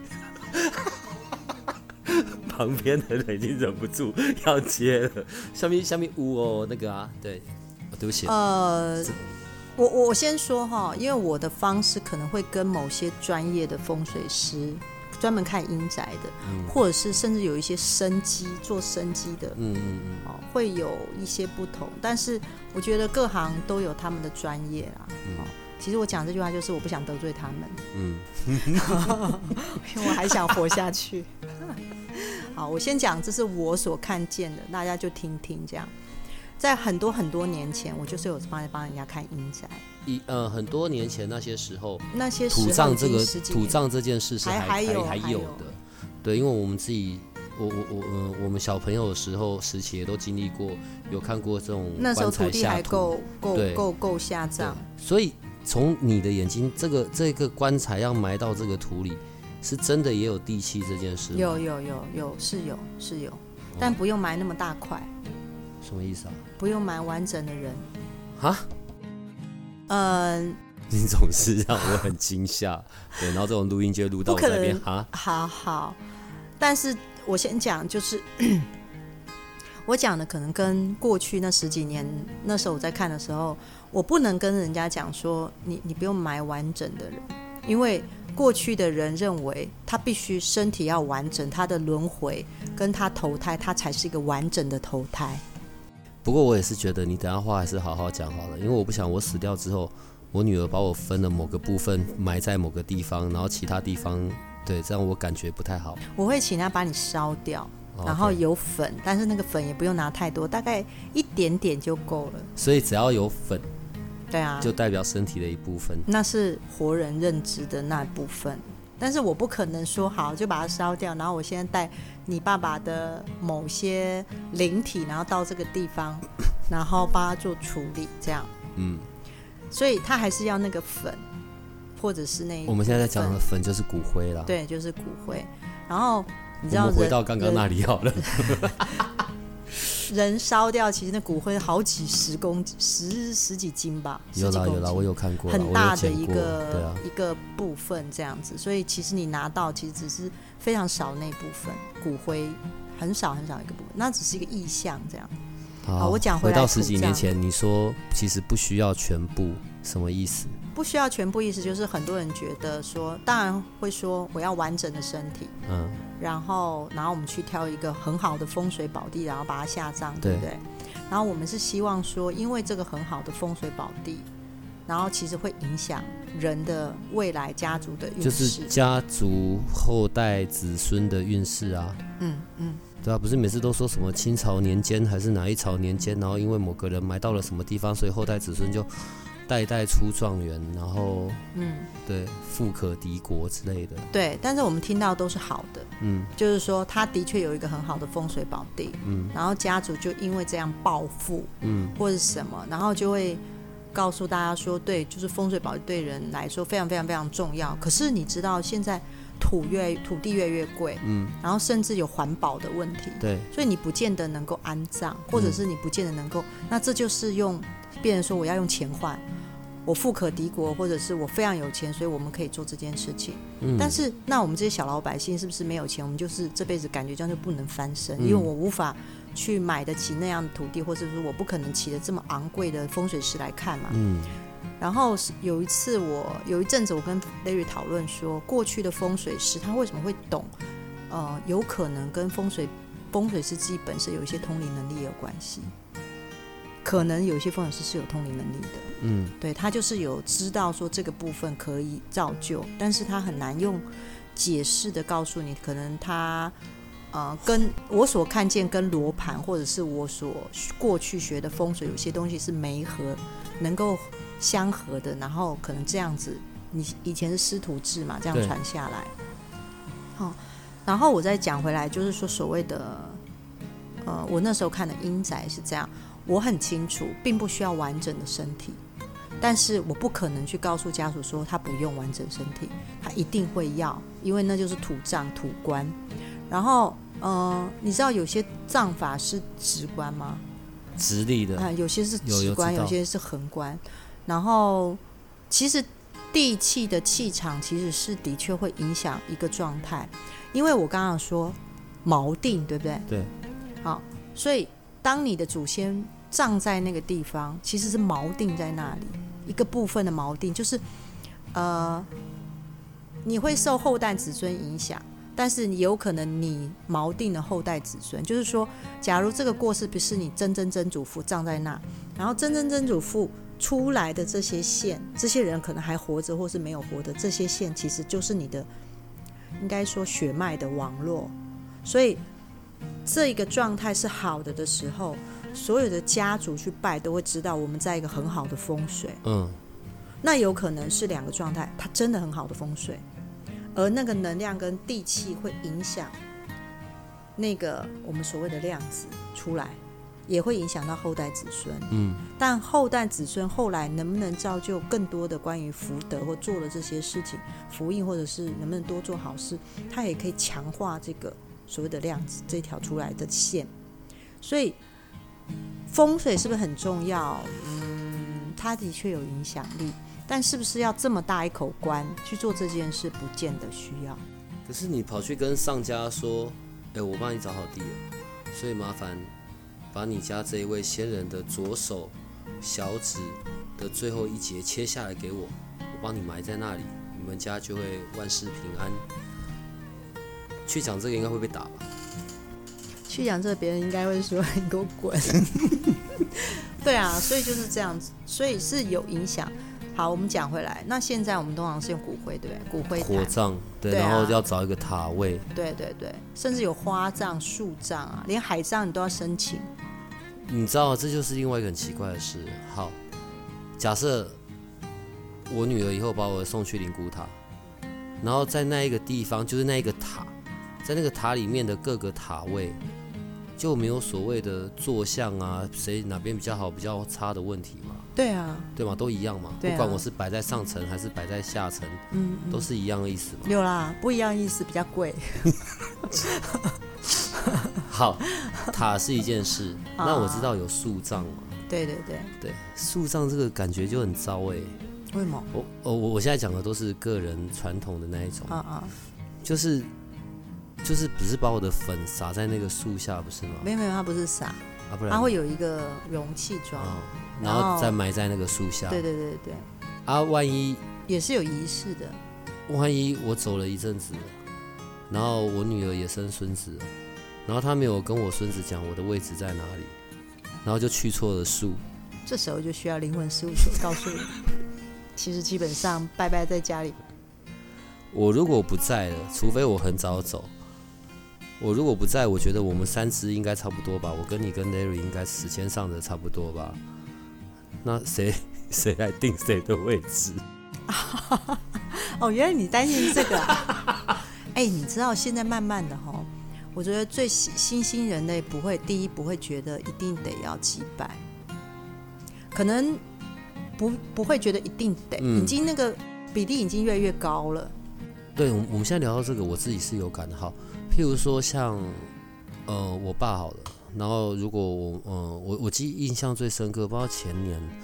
旁边的人已经忍不住要接了。下面下面屋哦，那个啊，对，对不起。 呃，我我先说哈，因为我的方式可能会跟某些专业的风水师，专门看阴宅的，嗯、或者是甚至有一些生机做生机的，嗯嗯嗯、哦，会有一些不同。但是我觉得各行都有他们的专业啦。嗯哦，其实我讲这句话就是我不想得罪他们，嗯，因为我还想活下去。好，我先讲这是我所看见的，大家就听听这样。在很多很多年前，我就是有帮帮人家看阴宅。一呃，很多年前那些时候， 那些时候土葬这个土葬这件事是还还有还有的，对，因为我们自己，我我我呃，我们小朋友的时候时期也都经历过，有看过这种那时候土地还够够够够下葬， 所以从你的眼睛，这个这个棺材要埋到这个土里，是真的也有地气这件事吗？ 有有有有是有是有，但不用埋那么大块。 什么意思啊？ 不用埋完整的人。 哈？ 呃， 你总是让我很惊吓。对，然后这种录音就会录到我那边。哈？ 好好，但是我先讲，就是我讲的可能跟过去那十几年那时候我在看的时候，我不能跟人家讲说你你不用埋完整的人，因为过去的人认为他必须身体要完整，他的轮回跟他投胎，他才是一个完整的投胎。 不过我也是觉得你等一下话还是好好讲好了，因为我不想我死掉之后，我女儿把我分了某个部分埋在某个地方，然后其他地方，对，这样我感觉不太好。 我会请她把你烧掉，然后有粉，但是那个粉也不用拿太多，大概一点点就够了。 所以只要有粉， 对啊， 就代表身体的一部分。 那是活人认知的那部分。但是我不可能说好就把它烧掉，然后我现在带你爸爸的某些灵体，然后到这个地方，然后帮他做处理，这样。嗯，所以他还是要那个粉，或者是那一。 我们现在在讲的粉就是骨灰啦。 对，就是骨灰。然后你知道， 我们回到刚刚那里好了。 人烧掉，其实那骨灰好几十公十十几斤吧， 有啦有啦，我有看过， 很大的一个、 啊、 一个部分这样子，所以其实你拿到其实只是非常少那部分骨灰，很少很少一个部分，那只是一个意象这样。 好， 好我讲回来回到十几年前，你说其实不需要全部，什么意思？ 不需要全部意思就是很多人觉得说，当然会说我要完整的身体，嗯，然后然后我们去挑一个很好的风水宝地，然后把它下葬， 对, 对不对？然后我们是希望说，因为这个很好的风水宝地，然后其实会影响人的未来家族的运势， 就是家族后代子孙的运势啊，嗯嗯。对啊，不是每次都说什么清朝年间还是哪一朝年间，然后因为某个人埋到了什么地方，所以后代子孙就代代出状元，然后嗯，对，富可敌国之类的。 对，但是我们听到都是好的，嗯，就是说他的确有一个很好的风水宝地，嗯，然后家族就因为这样暴富，嗯，或者什么，然后就会告诉大家说，对，就是风水宝地对人来说非常非常非常重要。可是你知道现在土越土地越越贵，嗯，然后甚至有环保的问题， 对， 所以你不见得能够安葬，或者是你不见得能够，嗯、那这就是用变成说我要用钱换。 我富可敌国，或者是我非常有钱，所以我们可以做这件事情。嗯、但是那我们这些小老百姓是不是没有钱，我们就是这辈子感觉这样就不能翻身，嗯、因为我无法去买得起那样的土地，或者是我不可能起得这么昂贵的风水师来看嘛。嗯，然后有一次我有一阵子我跟 Larry 讨论说，过去的风水师他为什么会懂，呃，有可能跟风水风水师自己本身有一些通灵能力也有关系。可能有一些风水师是有通灵能力的，嗯，对，他就是有知道说这个部分可以造就，但是他很难用解释的告诉你，可能他呃跟我所看见跟罗盘或者是我所过去学的风水有些东西是媒合能够相合的，然后可能这样子，你以前是师徒制嘛，这样传下来，哦，然后我再讲回来，就是说所谓的呃，我那时候看的阴宅是这样。我很清楚并不需要完整的身体，但是我不可能去告诉家属说他不用完整身体，他一定会要，因为那就是土葬土棺。然后呃，你知道有些葬法是直棺吗？ 直立的、 啊、有些是直棺， 有, 有些是横棺。然后其实地气的气场其实是的确会影响一个状态，因为我刚刚说锚定，对不对？ 对。 好，所以当你的祖先葬在那个地方，其实是锚定在那里，一个部分的锚定，就是呃，你会受后代子孙影响，但是有可能你锚定了后代子孙，就是说，假如这个过世不是你曾曾曾祖父葬在那，然后曾曾曾祖父出来的这些线，这些人可能还活着或是没有活的，这些线其实就是你的，应该说血脉的网络，所以这一个状态是好的的时候，所有的家族去拜都会知道我们在一个很好的风水。嗯，那有可能是两个状态，它真的很好的风水，而那个能量跟地气会影响那个我们所谓的量子出来，也会影响到后代子孙。嗯，但后代子孙后来能不能造就更多的关于福德或做了这些事情福音，或者是能不能多做好事，它也可以强化这个所谓的量子这条出来的线。所以风水是不是很重要？嗯，它的确有影响力，但是不是要这么大一口关去做这件事，不见得需要。 可是你跑去跟上家说，哎，我帮你找好地了，所以麻烦把你家这一位先人的左手小指的最后一节切下来给我，我帮你埋在那里，你们家就会万事平安。去讲这个应该会被打吧？ 去讲这个，别人应该会说你给我滚。对啊，所以就是这样子，所以是有影响。好，我们讲回来，那现在我们通常是用骨灰，对不对？骨灰火葬，对，对啊，然后要找一个塔位， 对对对，甚至有花葬、树葬啊，连海葬你都要申请。 你知道，这就是另外一个很奇怪的事。好，假设我女儿以后把我送去灵骨塔，然后在那一个地方，就是那一个塔，在那个塔里面的各个塔位，就没有所谓的坐向啊，谁哪边比较好、比较差的问题嘛？ 对啊， 对嘛，都一样嘛。啊、不管我是摆在上层还是摆在下层，嗯嗯，都是一样的意思嘛。 有啦，不一样意思，比较贵。 好，塔是一件事，那我知道有树葬嘛。 对对对对，树葬这个感觉就很糟哎、欸。 为什么？ 我我我现在讲的都是个人传统的那一种，啊啊，就是就是不是把我的粉撒在那个树下不是吗？ 没有没有，它不是撒，啊不然它会有一个容器装。哦， 然后再埋在那个树下。 对对对对。 啊，万一也是有仪式的。 万一我走了一阵子了，然后我女儿也生孙子了，然后她没有跟我孙子讲我的位置在哪里，然后就去错了树。 这时候就需要灵魂事务所告诉你，其实基本上拜拜在家里。 我如果不在了，除非我很早走。我如果不在，我觉得我们三只应该差不多吧。我跟你跟 Larry 应该时间上的差不多吧。那谁谁来定谁的位置？ 哦，原来你担心这个、啊。哎、欸，你知道现在慢慢的哈，我觉得最新兴人类不会，第一不会觉得一定得要祭拜，可能不不会觉得一定得，嗯、已经那个比例已经越来越高了。 对，我们现在聊到这个，我自己是有感的哈。譬如说像呃我爸好了，然后如果我呃我我记印象最深刻，不知道前年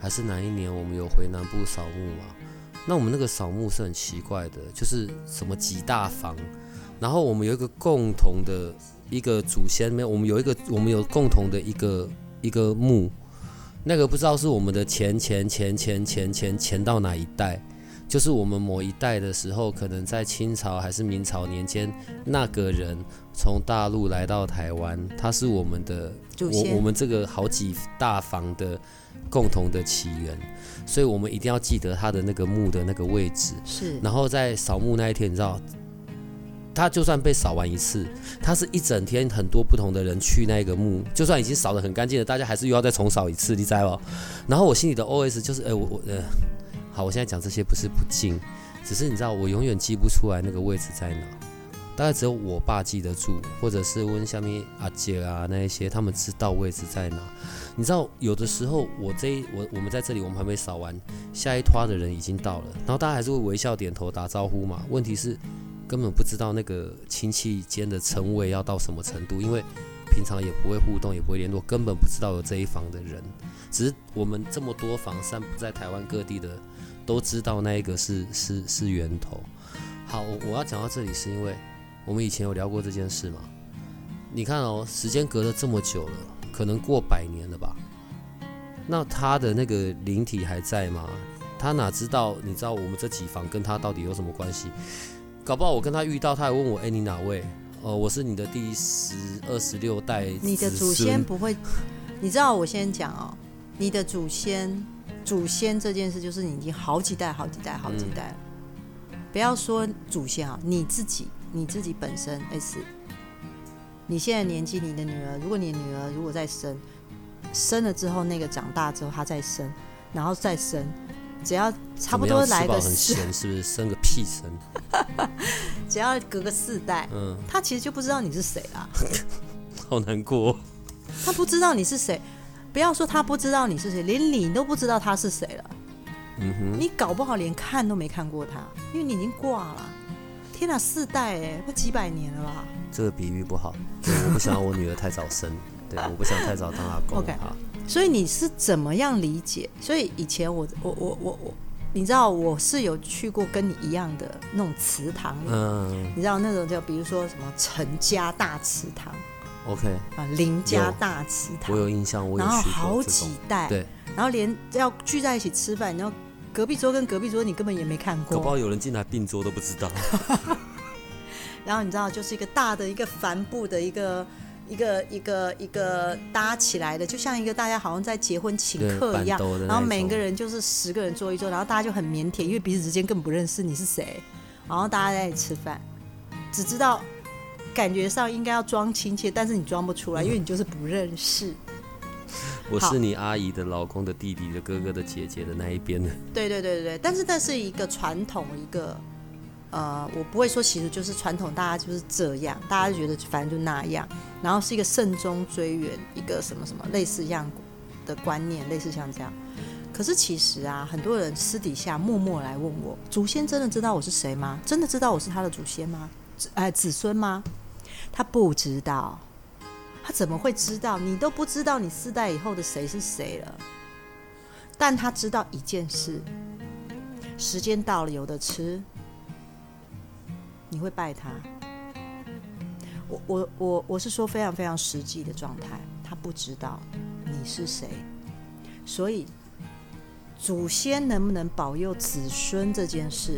还是哪一年我们有回南部扫墓嘛？那我们那个扫墓是很奇怪的，就是什么几大房，然后我们有一个共同的一个祖先，没有，我们有一个我们有共同的一个一个墓，那个不知道是我们的前前前前前前前到哪一代，就是我们某一代的时候，可能在清朝还是明朝年间，那个人从大陆来到台湾，他是我们的祖先， 我我们这个好几大房的共同的起源，所以我们一定要记得他的那个墓的那个位置。 是， 然后在扫墓那一天，你知道，他就算被扫完一次，他是一整天很多不同的人去那个墓，就算已经扫得很干净了，大家还是又要再重扫一次，你知道吗？然后我心里的 O S 就是，哎、欸，我我呃，好，我现在讲这些不是不敬，只是你知道，我永远记不出来那个位置在哪。大概只有我爸记得住，或者是问下面阿姐啊那一些，他们知道位置在哪。你知道，有的时候我这一我我们在这里，我们还没扫完，下一拖的人已经到了，然后大家还是会微笑点头打招呼嘛。问题是根本不知道那个亲戚间的称谓要到什么程度，因为平常也不会互动，也不会联络，根本不知道有这一房的人。只是我们这么多房散布在台湾各地的，都知道那一个是是是源头。好，我我要讲到这里是因为。我们以前有聊过这件事吗？你看哦，时间隔了这么久了，可能过百年了吧？那他的那个灵体还在吗？他哪知道？你知道我们这几房跟他到底有什么关系？搞不好我跟他遇到，他还问我：“哎、欸，你哪位？哦，我是你的第十二十六代。” 你的祖先不会？你知道我先讲哦，你的祖先，祖先这件事就是你已经好几代、好几代、好几代了。嗯、不要说祖先啊，你自己。你自己本身 S， 你现在年纪，你的女儿，如果你的女儿如果再生，生了之后，那个长大之后，她再生，然后再生，只要差不多来个很闲，是不是生个屁生？ 只要隔个四代，嗯，她其实就不知道你是谁啦， 好难过、哦。 她不知道你是谁，不要说她不知道你是谁，连你都不知道她是谁了。嗯哼，你搞不好连看都没看过她，因为你已经挂了。天哪，四代哎，快几百年了吧？ 这个比喻不好，我不想要我女儿太早生，对，我不想太早当阿公。 OK， 所以你是怎么样理解？所以以前我我我我我，你知道我是有去过跟你一样的那种祠堂，嗯，你知道那种叫比如说什么陈家大祠堂 ，OK 啊，林家大祠堂， 我有印象，我有去过， 然后好几代， 对， 然后连要聚在一起吃饭，然后。隔壁桌跟隔壁桌你根本也没看过， 搞不好有人进来并桌都不知道。 然后你知道，就是一个大的一个帆布的一个一个一个一个搭起来的，就像一个大家好像在结婚请客一样。然后每个人就是十个人坐一桌，然后大家就很腼腆，因为彼此之间根本不认识你是谁。然后大家在一起吃饭，只知道感觉上应该要装亲切，但是你装不出来，因为你就是不认识。 我是你阿姨的老公的弟弟的哥哥的姐姐的那一边的。 对对对对，但是那是一个传统，一个呃，我不会说习俗，就是传统，大家就是这样，大家就觉得反正就那样，然后是一个慎终追远，一个什么什么类似一样的观念，类似像这样。可是其实啊，很多人私底下默默来问我，祖先真的知道我是谁吗？真的知道我是他的祖先吗？哎，子孙吗？他不知道。他怎么会知道？你都不知道你四代以后的谁是谁了。但他知道一件事，时间到了有的吃，你会拜他。我我我我是说非常非常实际的状态，他不知道你是谁，所以祖先能不能保佑子孙这件事，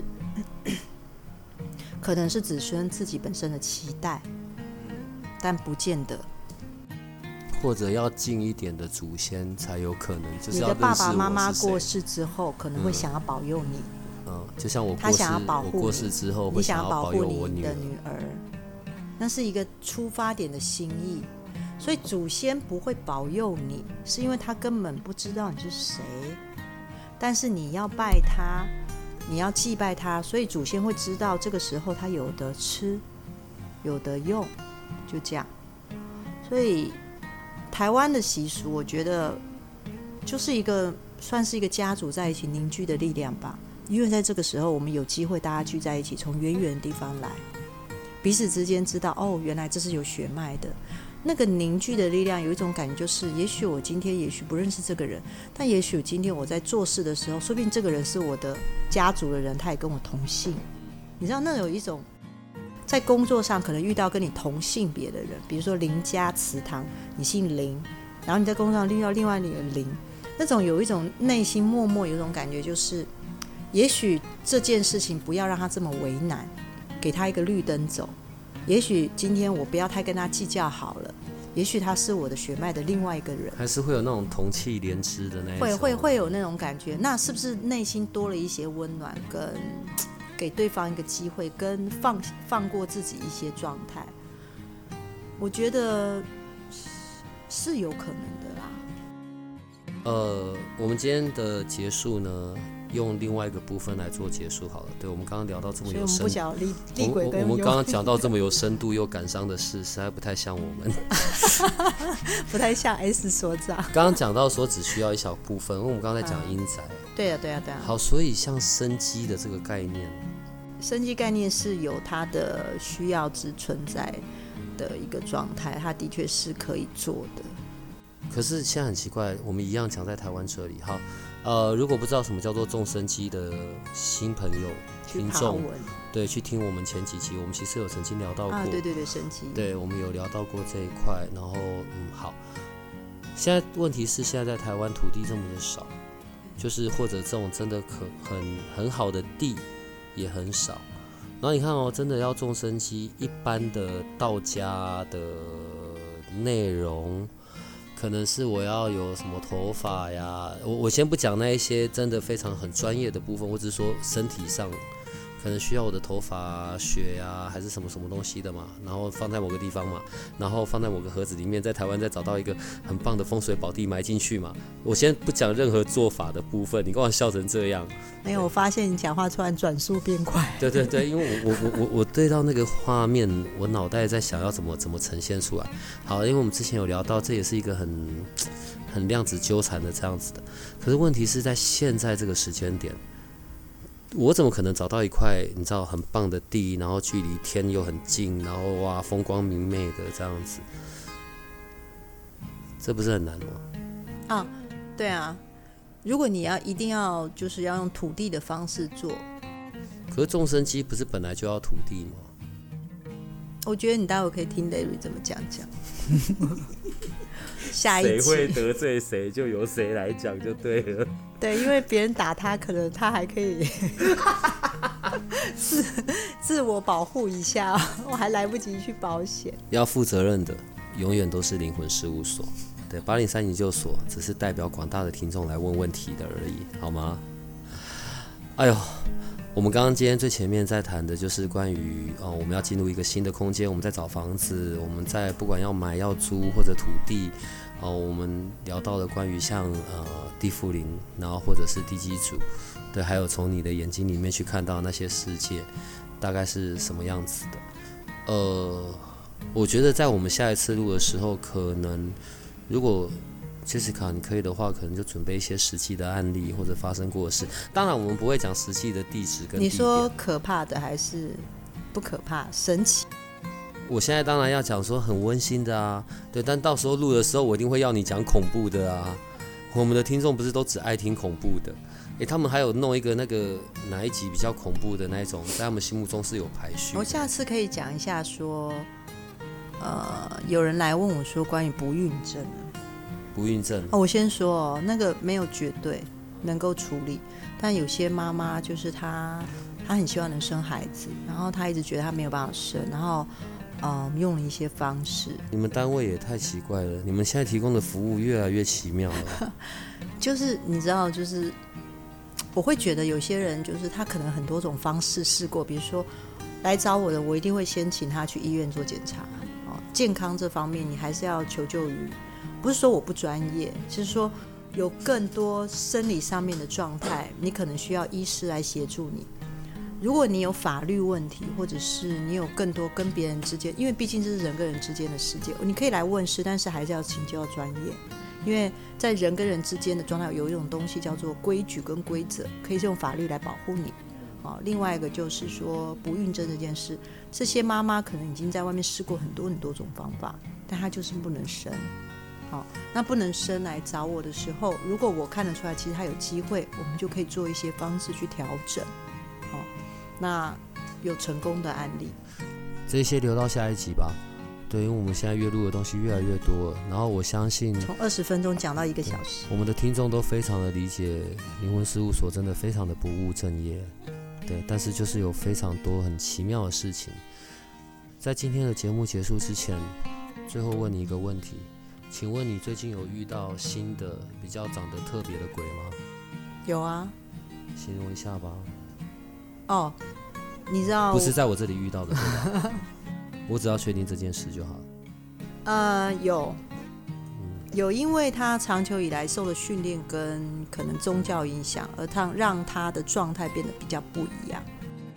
可能是子孙自己本身的期待，但不见得。 或者要近一点的祖先才有可能，就是要你的爸爸妈妈过世之后，可能会想要保佑你。 嗯，嗯就像我过世， 他想要保护你， 我过世之后会想要保佑我你的女儿，那是一个出发点的心意。所以祖先不会保佑你，是因为他根本不知道你是谁。但是你要拜他，你要祭拜他，所以祖先会知道这个时候他有得吃，有得用，就这样。所以。台湾的习俗，我觉得就是一个算是一个家族在一起凝聚的力量吧。因为在这个时候，我们有机会大家聚在一起，从远远的地方来，彼此之间知道哦，原来这是有血脉的。 那个凝聚的力量有一种感觉，就是也许我今天也许不认识这个人，但也许今天我在做事的时候，说不定这个人是我的家族的人，他也跟我同姓。你知道那有一种在工作上可能遇到跟你同性别的人，比如说林家祠堂，你姓林，然后你在工作上遇到另外一个林，那种有一种内心默默有一种感觉，就是也许这件事情不要让他这么为难，给他一个绿灯走。也许今天我不要太跟他计较好了，也许他是我的血脉的另外一个人， 还是会有那种同气连枝的那一种， 会会会有那种感觉。那是不是内心多了一些温暖，跟给对方一个机会，跟放放过自己一些状态？我觉得是有可能的啦。 呃，我们今天的结束呢，用另外一个部分来做结束好了。对，我们刚刚聊到这么有深度， 所以我们不讲厉鬼跟我们刚刚讲到这么有深度又感伤的事，实在不太像我们， 不太像 S 所长。 刚刚讲到说只需要一小部分，因为我们刚刚在讲阴宅、嗯。 对啊，对啊，对啊。 好，所以像生机的这个概念， 生机概念是有它的需要值存在的一个状态，它的确是可以做的。 可是现在很奇怪，我们一样讲在台湾这里，好，呃，如果不知道什么叫做众生机的新朋友、听众，对，去听我们前几集，我们其实有曾经聊到过， 啊，对对对，生机， 对，我们有聊到过这一块，然后，嗯，好，现在问题是现在在台湾土地这么的少，就是或者这种真的可很很好的地也很少，然后你看哦，真的要众生机，一般的道家的内容。可能是我要有什么头发呀，我我先不讲那一些真的非常很专业的部分，或者是说身体上可能需要我的头发、血呀，还是什么什么东西的嘛，然后放在某个地方嘛，然后放在某个盒子里面，在台湾再找到一个很棒的风水宝地埋进去嘛。我先不讲任何做法的部分，你干嘛笑成这样？ 没有，我发现你讲话突然转速变快。 对对对，因为我我我我我对到那个画面，我脑袋在想要怎么怎么呈现出来。好，因为我们之前有聊到，这也是一个很很量子纠缠的这样子的。可是问题是在现在这个时间点，我怎么可能找到一块你知道很棒的地，然后距离天又很近，然后哇风光明媚的这样子，这不是很难吗？ 啊，对啊。如果你要一定要就是要用土地的方式做， 可是众生机不是本来就要土地吗？ 我觉得你待会可以听 Larry 怎么讲讲。下一集谁会得罪谁，就由谁来讲就对了。 对，因为别人打他，可能他还可以自自我保护一下，我还来不及去保险。 要负责任的，永远都是灵魂事务所。对，八零三研究所只是代表广大的听众来问问题的而已，好吗？哎呦，我们刚刚今天最前面在谈的就是关于、呃、我们要进入一个新的空间，我们在找房子，我们在不管要买要租或者土地，呃、我们聊到了关于像呃地缚灵，然后或者是地基主，对，还有从你的眼睛里面去看到那些世界大概是什么样子的。呃，我觉得在我们下一次录的时候，可能如果Jessica 你可以的话，可能就准备一些实际的案例或者发生过的事。当然我们不会讲实际的地址跟地点。你说可怕的还是不可怕？神奇？ 我现在当然要讲说很温馨的啊，对，但到时候录的时候我一定会要你讲恐怖的啊。我们的听众不是都只爱听恐怖的，诶，他们还有弄一个那个哪一集比较恐怖的那一种，在他们心目中是有排序的。 我下次可以讲一下说，呃，有人来问我说关于不孕症。 不孕症、 哦、我先说哦，那个没有绝对能够处理，但有些妈妈就是她，她很希望能生孩子，然后她一直觉得她没有办法生，然后嗯用了一些方式。 你们单位也太奇怪了，你们现在提供的服务越来越奇妙了。 就是你知道，就是我会觉得有些人就是他可能很多种方式试过，比如说来找我的，我一定会先请他去医院做检查、哦、健康这方面你还是要求救于。不是说我不专业，就是说有更多生理上面的状态，你可能需要医师来协助你。如果你有法律问题，或者是你有更多跟别人之间，因为毕竟这是人跟人之间的世界，你可以来问事，但是还是要请教专业。因为在人跟人之间的状态有一种东西叫做规矩跟规则，可以用法律来保护你。哦、另外一个就是说不孕症这件事，这些妈妈可能已经在外面试过很多很多种方法， 但他就是不能生。好，那不能生来找我的时候，如果我看得出来，其实他有机会，我们就可以做一些方式去调整。好，那有成功的案例， 这些留到下一集吧。对，因为我们现在越录的东西越来越多了，然后我相信从二十分钟讲到一个小时， 我们的听众都非常的理解灵魂事务所真的非常的不务正业，对，但是就是有非常多很奇妙的事情。在今天的节目结束之前，最后问你一个问题，请问你最近有遇到新的比较长得特别的鬼吗？ 有啊， 形容一下吧。 哦，你知道不是在我这里遇到的对吧？我只要确定这件事就好了。 呃，有，有，因为他长久以来受的训练跟可能宗教影响，而他让他的状态变得比较不一样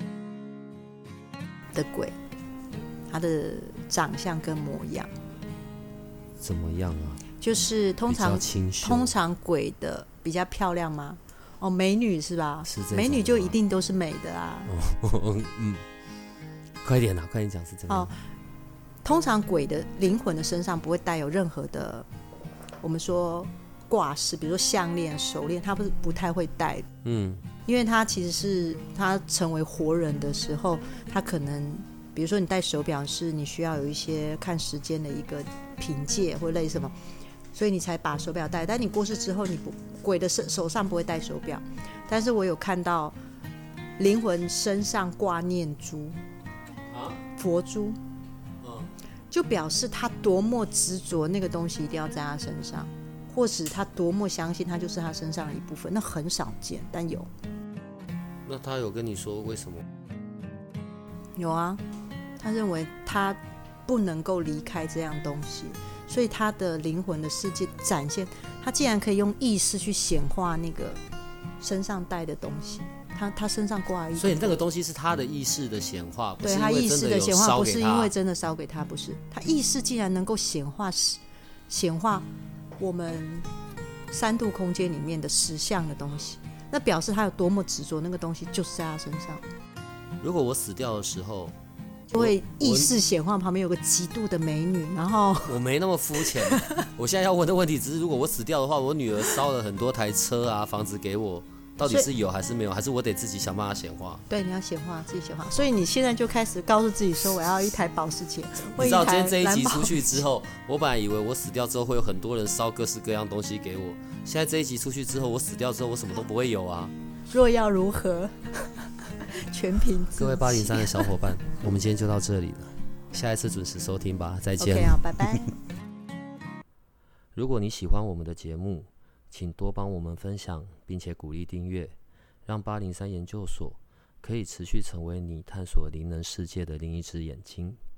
的鬼，他的长相跟模样怎么样啊？ 就是通常比较清秀通常鬼的比较漂亮吗？哦，美女是吧？ 是这种吗？ 美女就一定都是美的啊。 哦，嗯。快点啊！快点讲是真的。 哦，通常鬼的灵魂的身上不会带有任何的，我们说挂饰，比如说项链、手链，它不是不太会带。 嗯， 因为它其实是它成为活人的时候，它可能比如说你戴手表是你需要有一些看时间的一个凭借或类似什么，所以你才把手表戴。但你过世之后，你不鬼的手上不会戴手表，但是我有看到灵魂身上挂念珠。佛珠，就表示他多么执着那个东西一定要在他身上，或是他多么相信他就是他身上的一部分，那很少见，但有。 那他有跟你说为什么？ 有啊，他认为他不能够离开这样东西，所以他的灵魂的世界展现，他竟然可以用意识去显化那个身上带的东西。他, 他身上挂一， 所以那个东西是他的意识的显化，不是对他意识的显化，不是因为真的烧给他，不是他意识竟然能够显化显化我们三度空间里面的实相的东西，那表示他有多么执着，那个东西就是在他身上。 如果我死掉的时候， 就会意识显化旁边有个极度的美女，然后我没那么肤浅。我现在要问的问题只是，如果我死掉的话，我女儿烧了很多台车啊、房子给我。到底是有还是没有，还是我得自己想办法显化？ 对，你要显化，自己显化。所以你现在就开始告诉自己说，我要一台保时捷。 你知道今天这一集出去之后，我本来以为我死掉之后会有很多人烧各式各样东西给我，现在这一集出去之后，我死掉之后我什么都不会有啊。 若要如何？全凭自己。 各位八零三的小伙伴，我们今天就到这里了，下一次准时收听吧，再见。 OK 啊，拜拜。 如果你喜欢我们的节目，请多帮我们分享，并且鼓励订阅，让八零三研究所可以持续成为你探索灵能世界的另一只眼睛。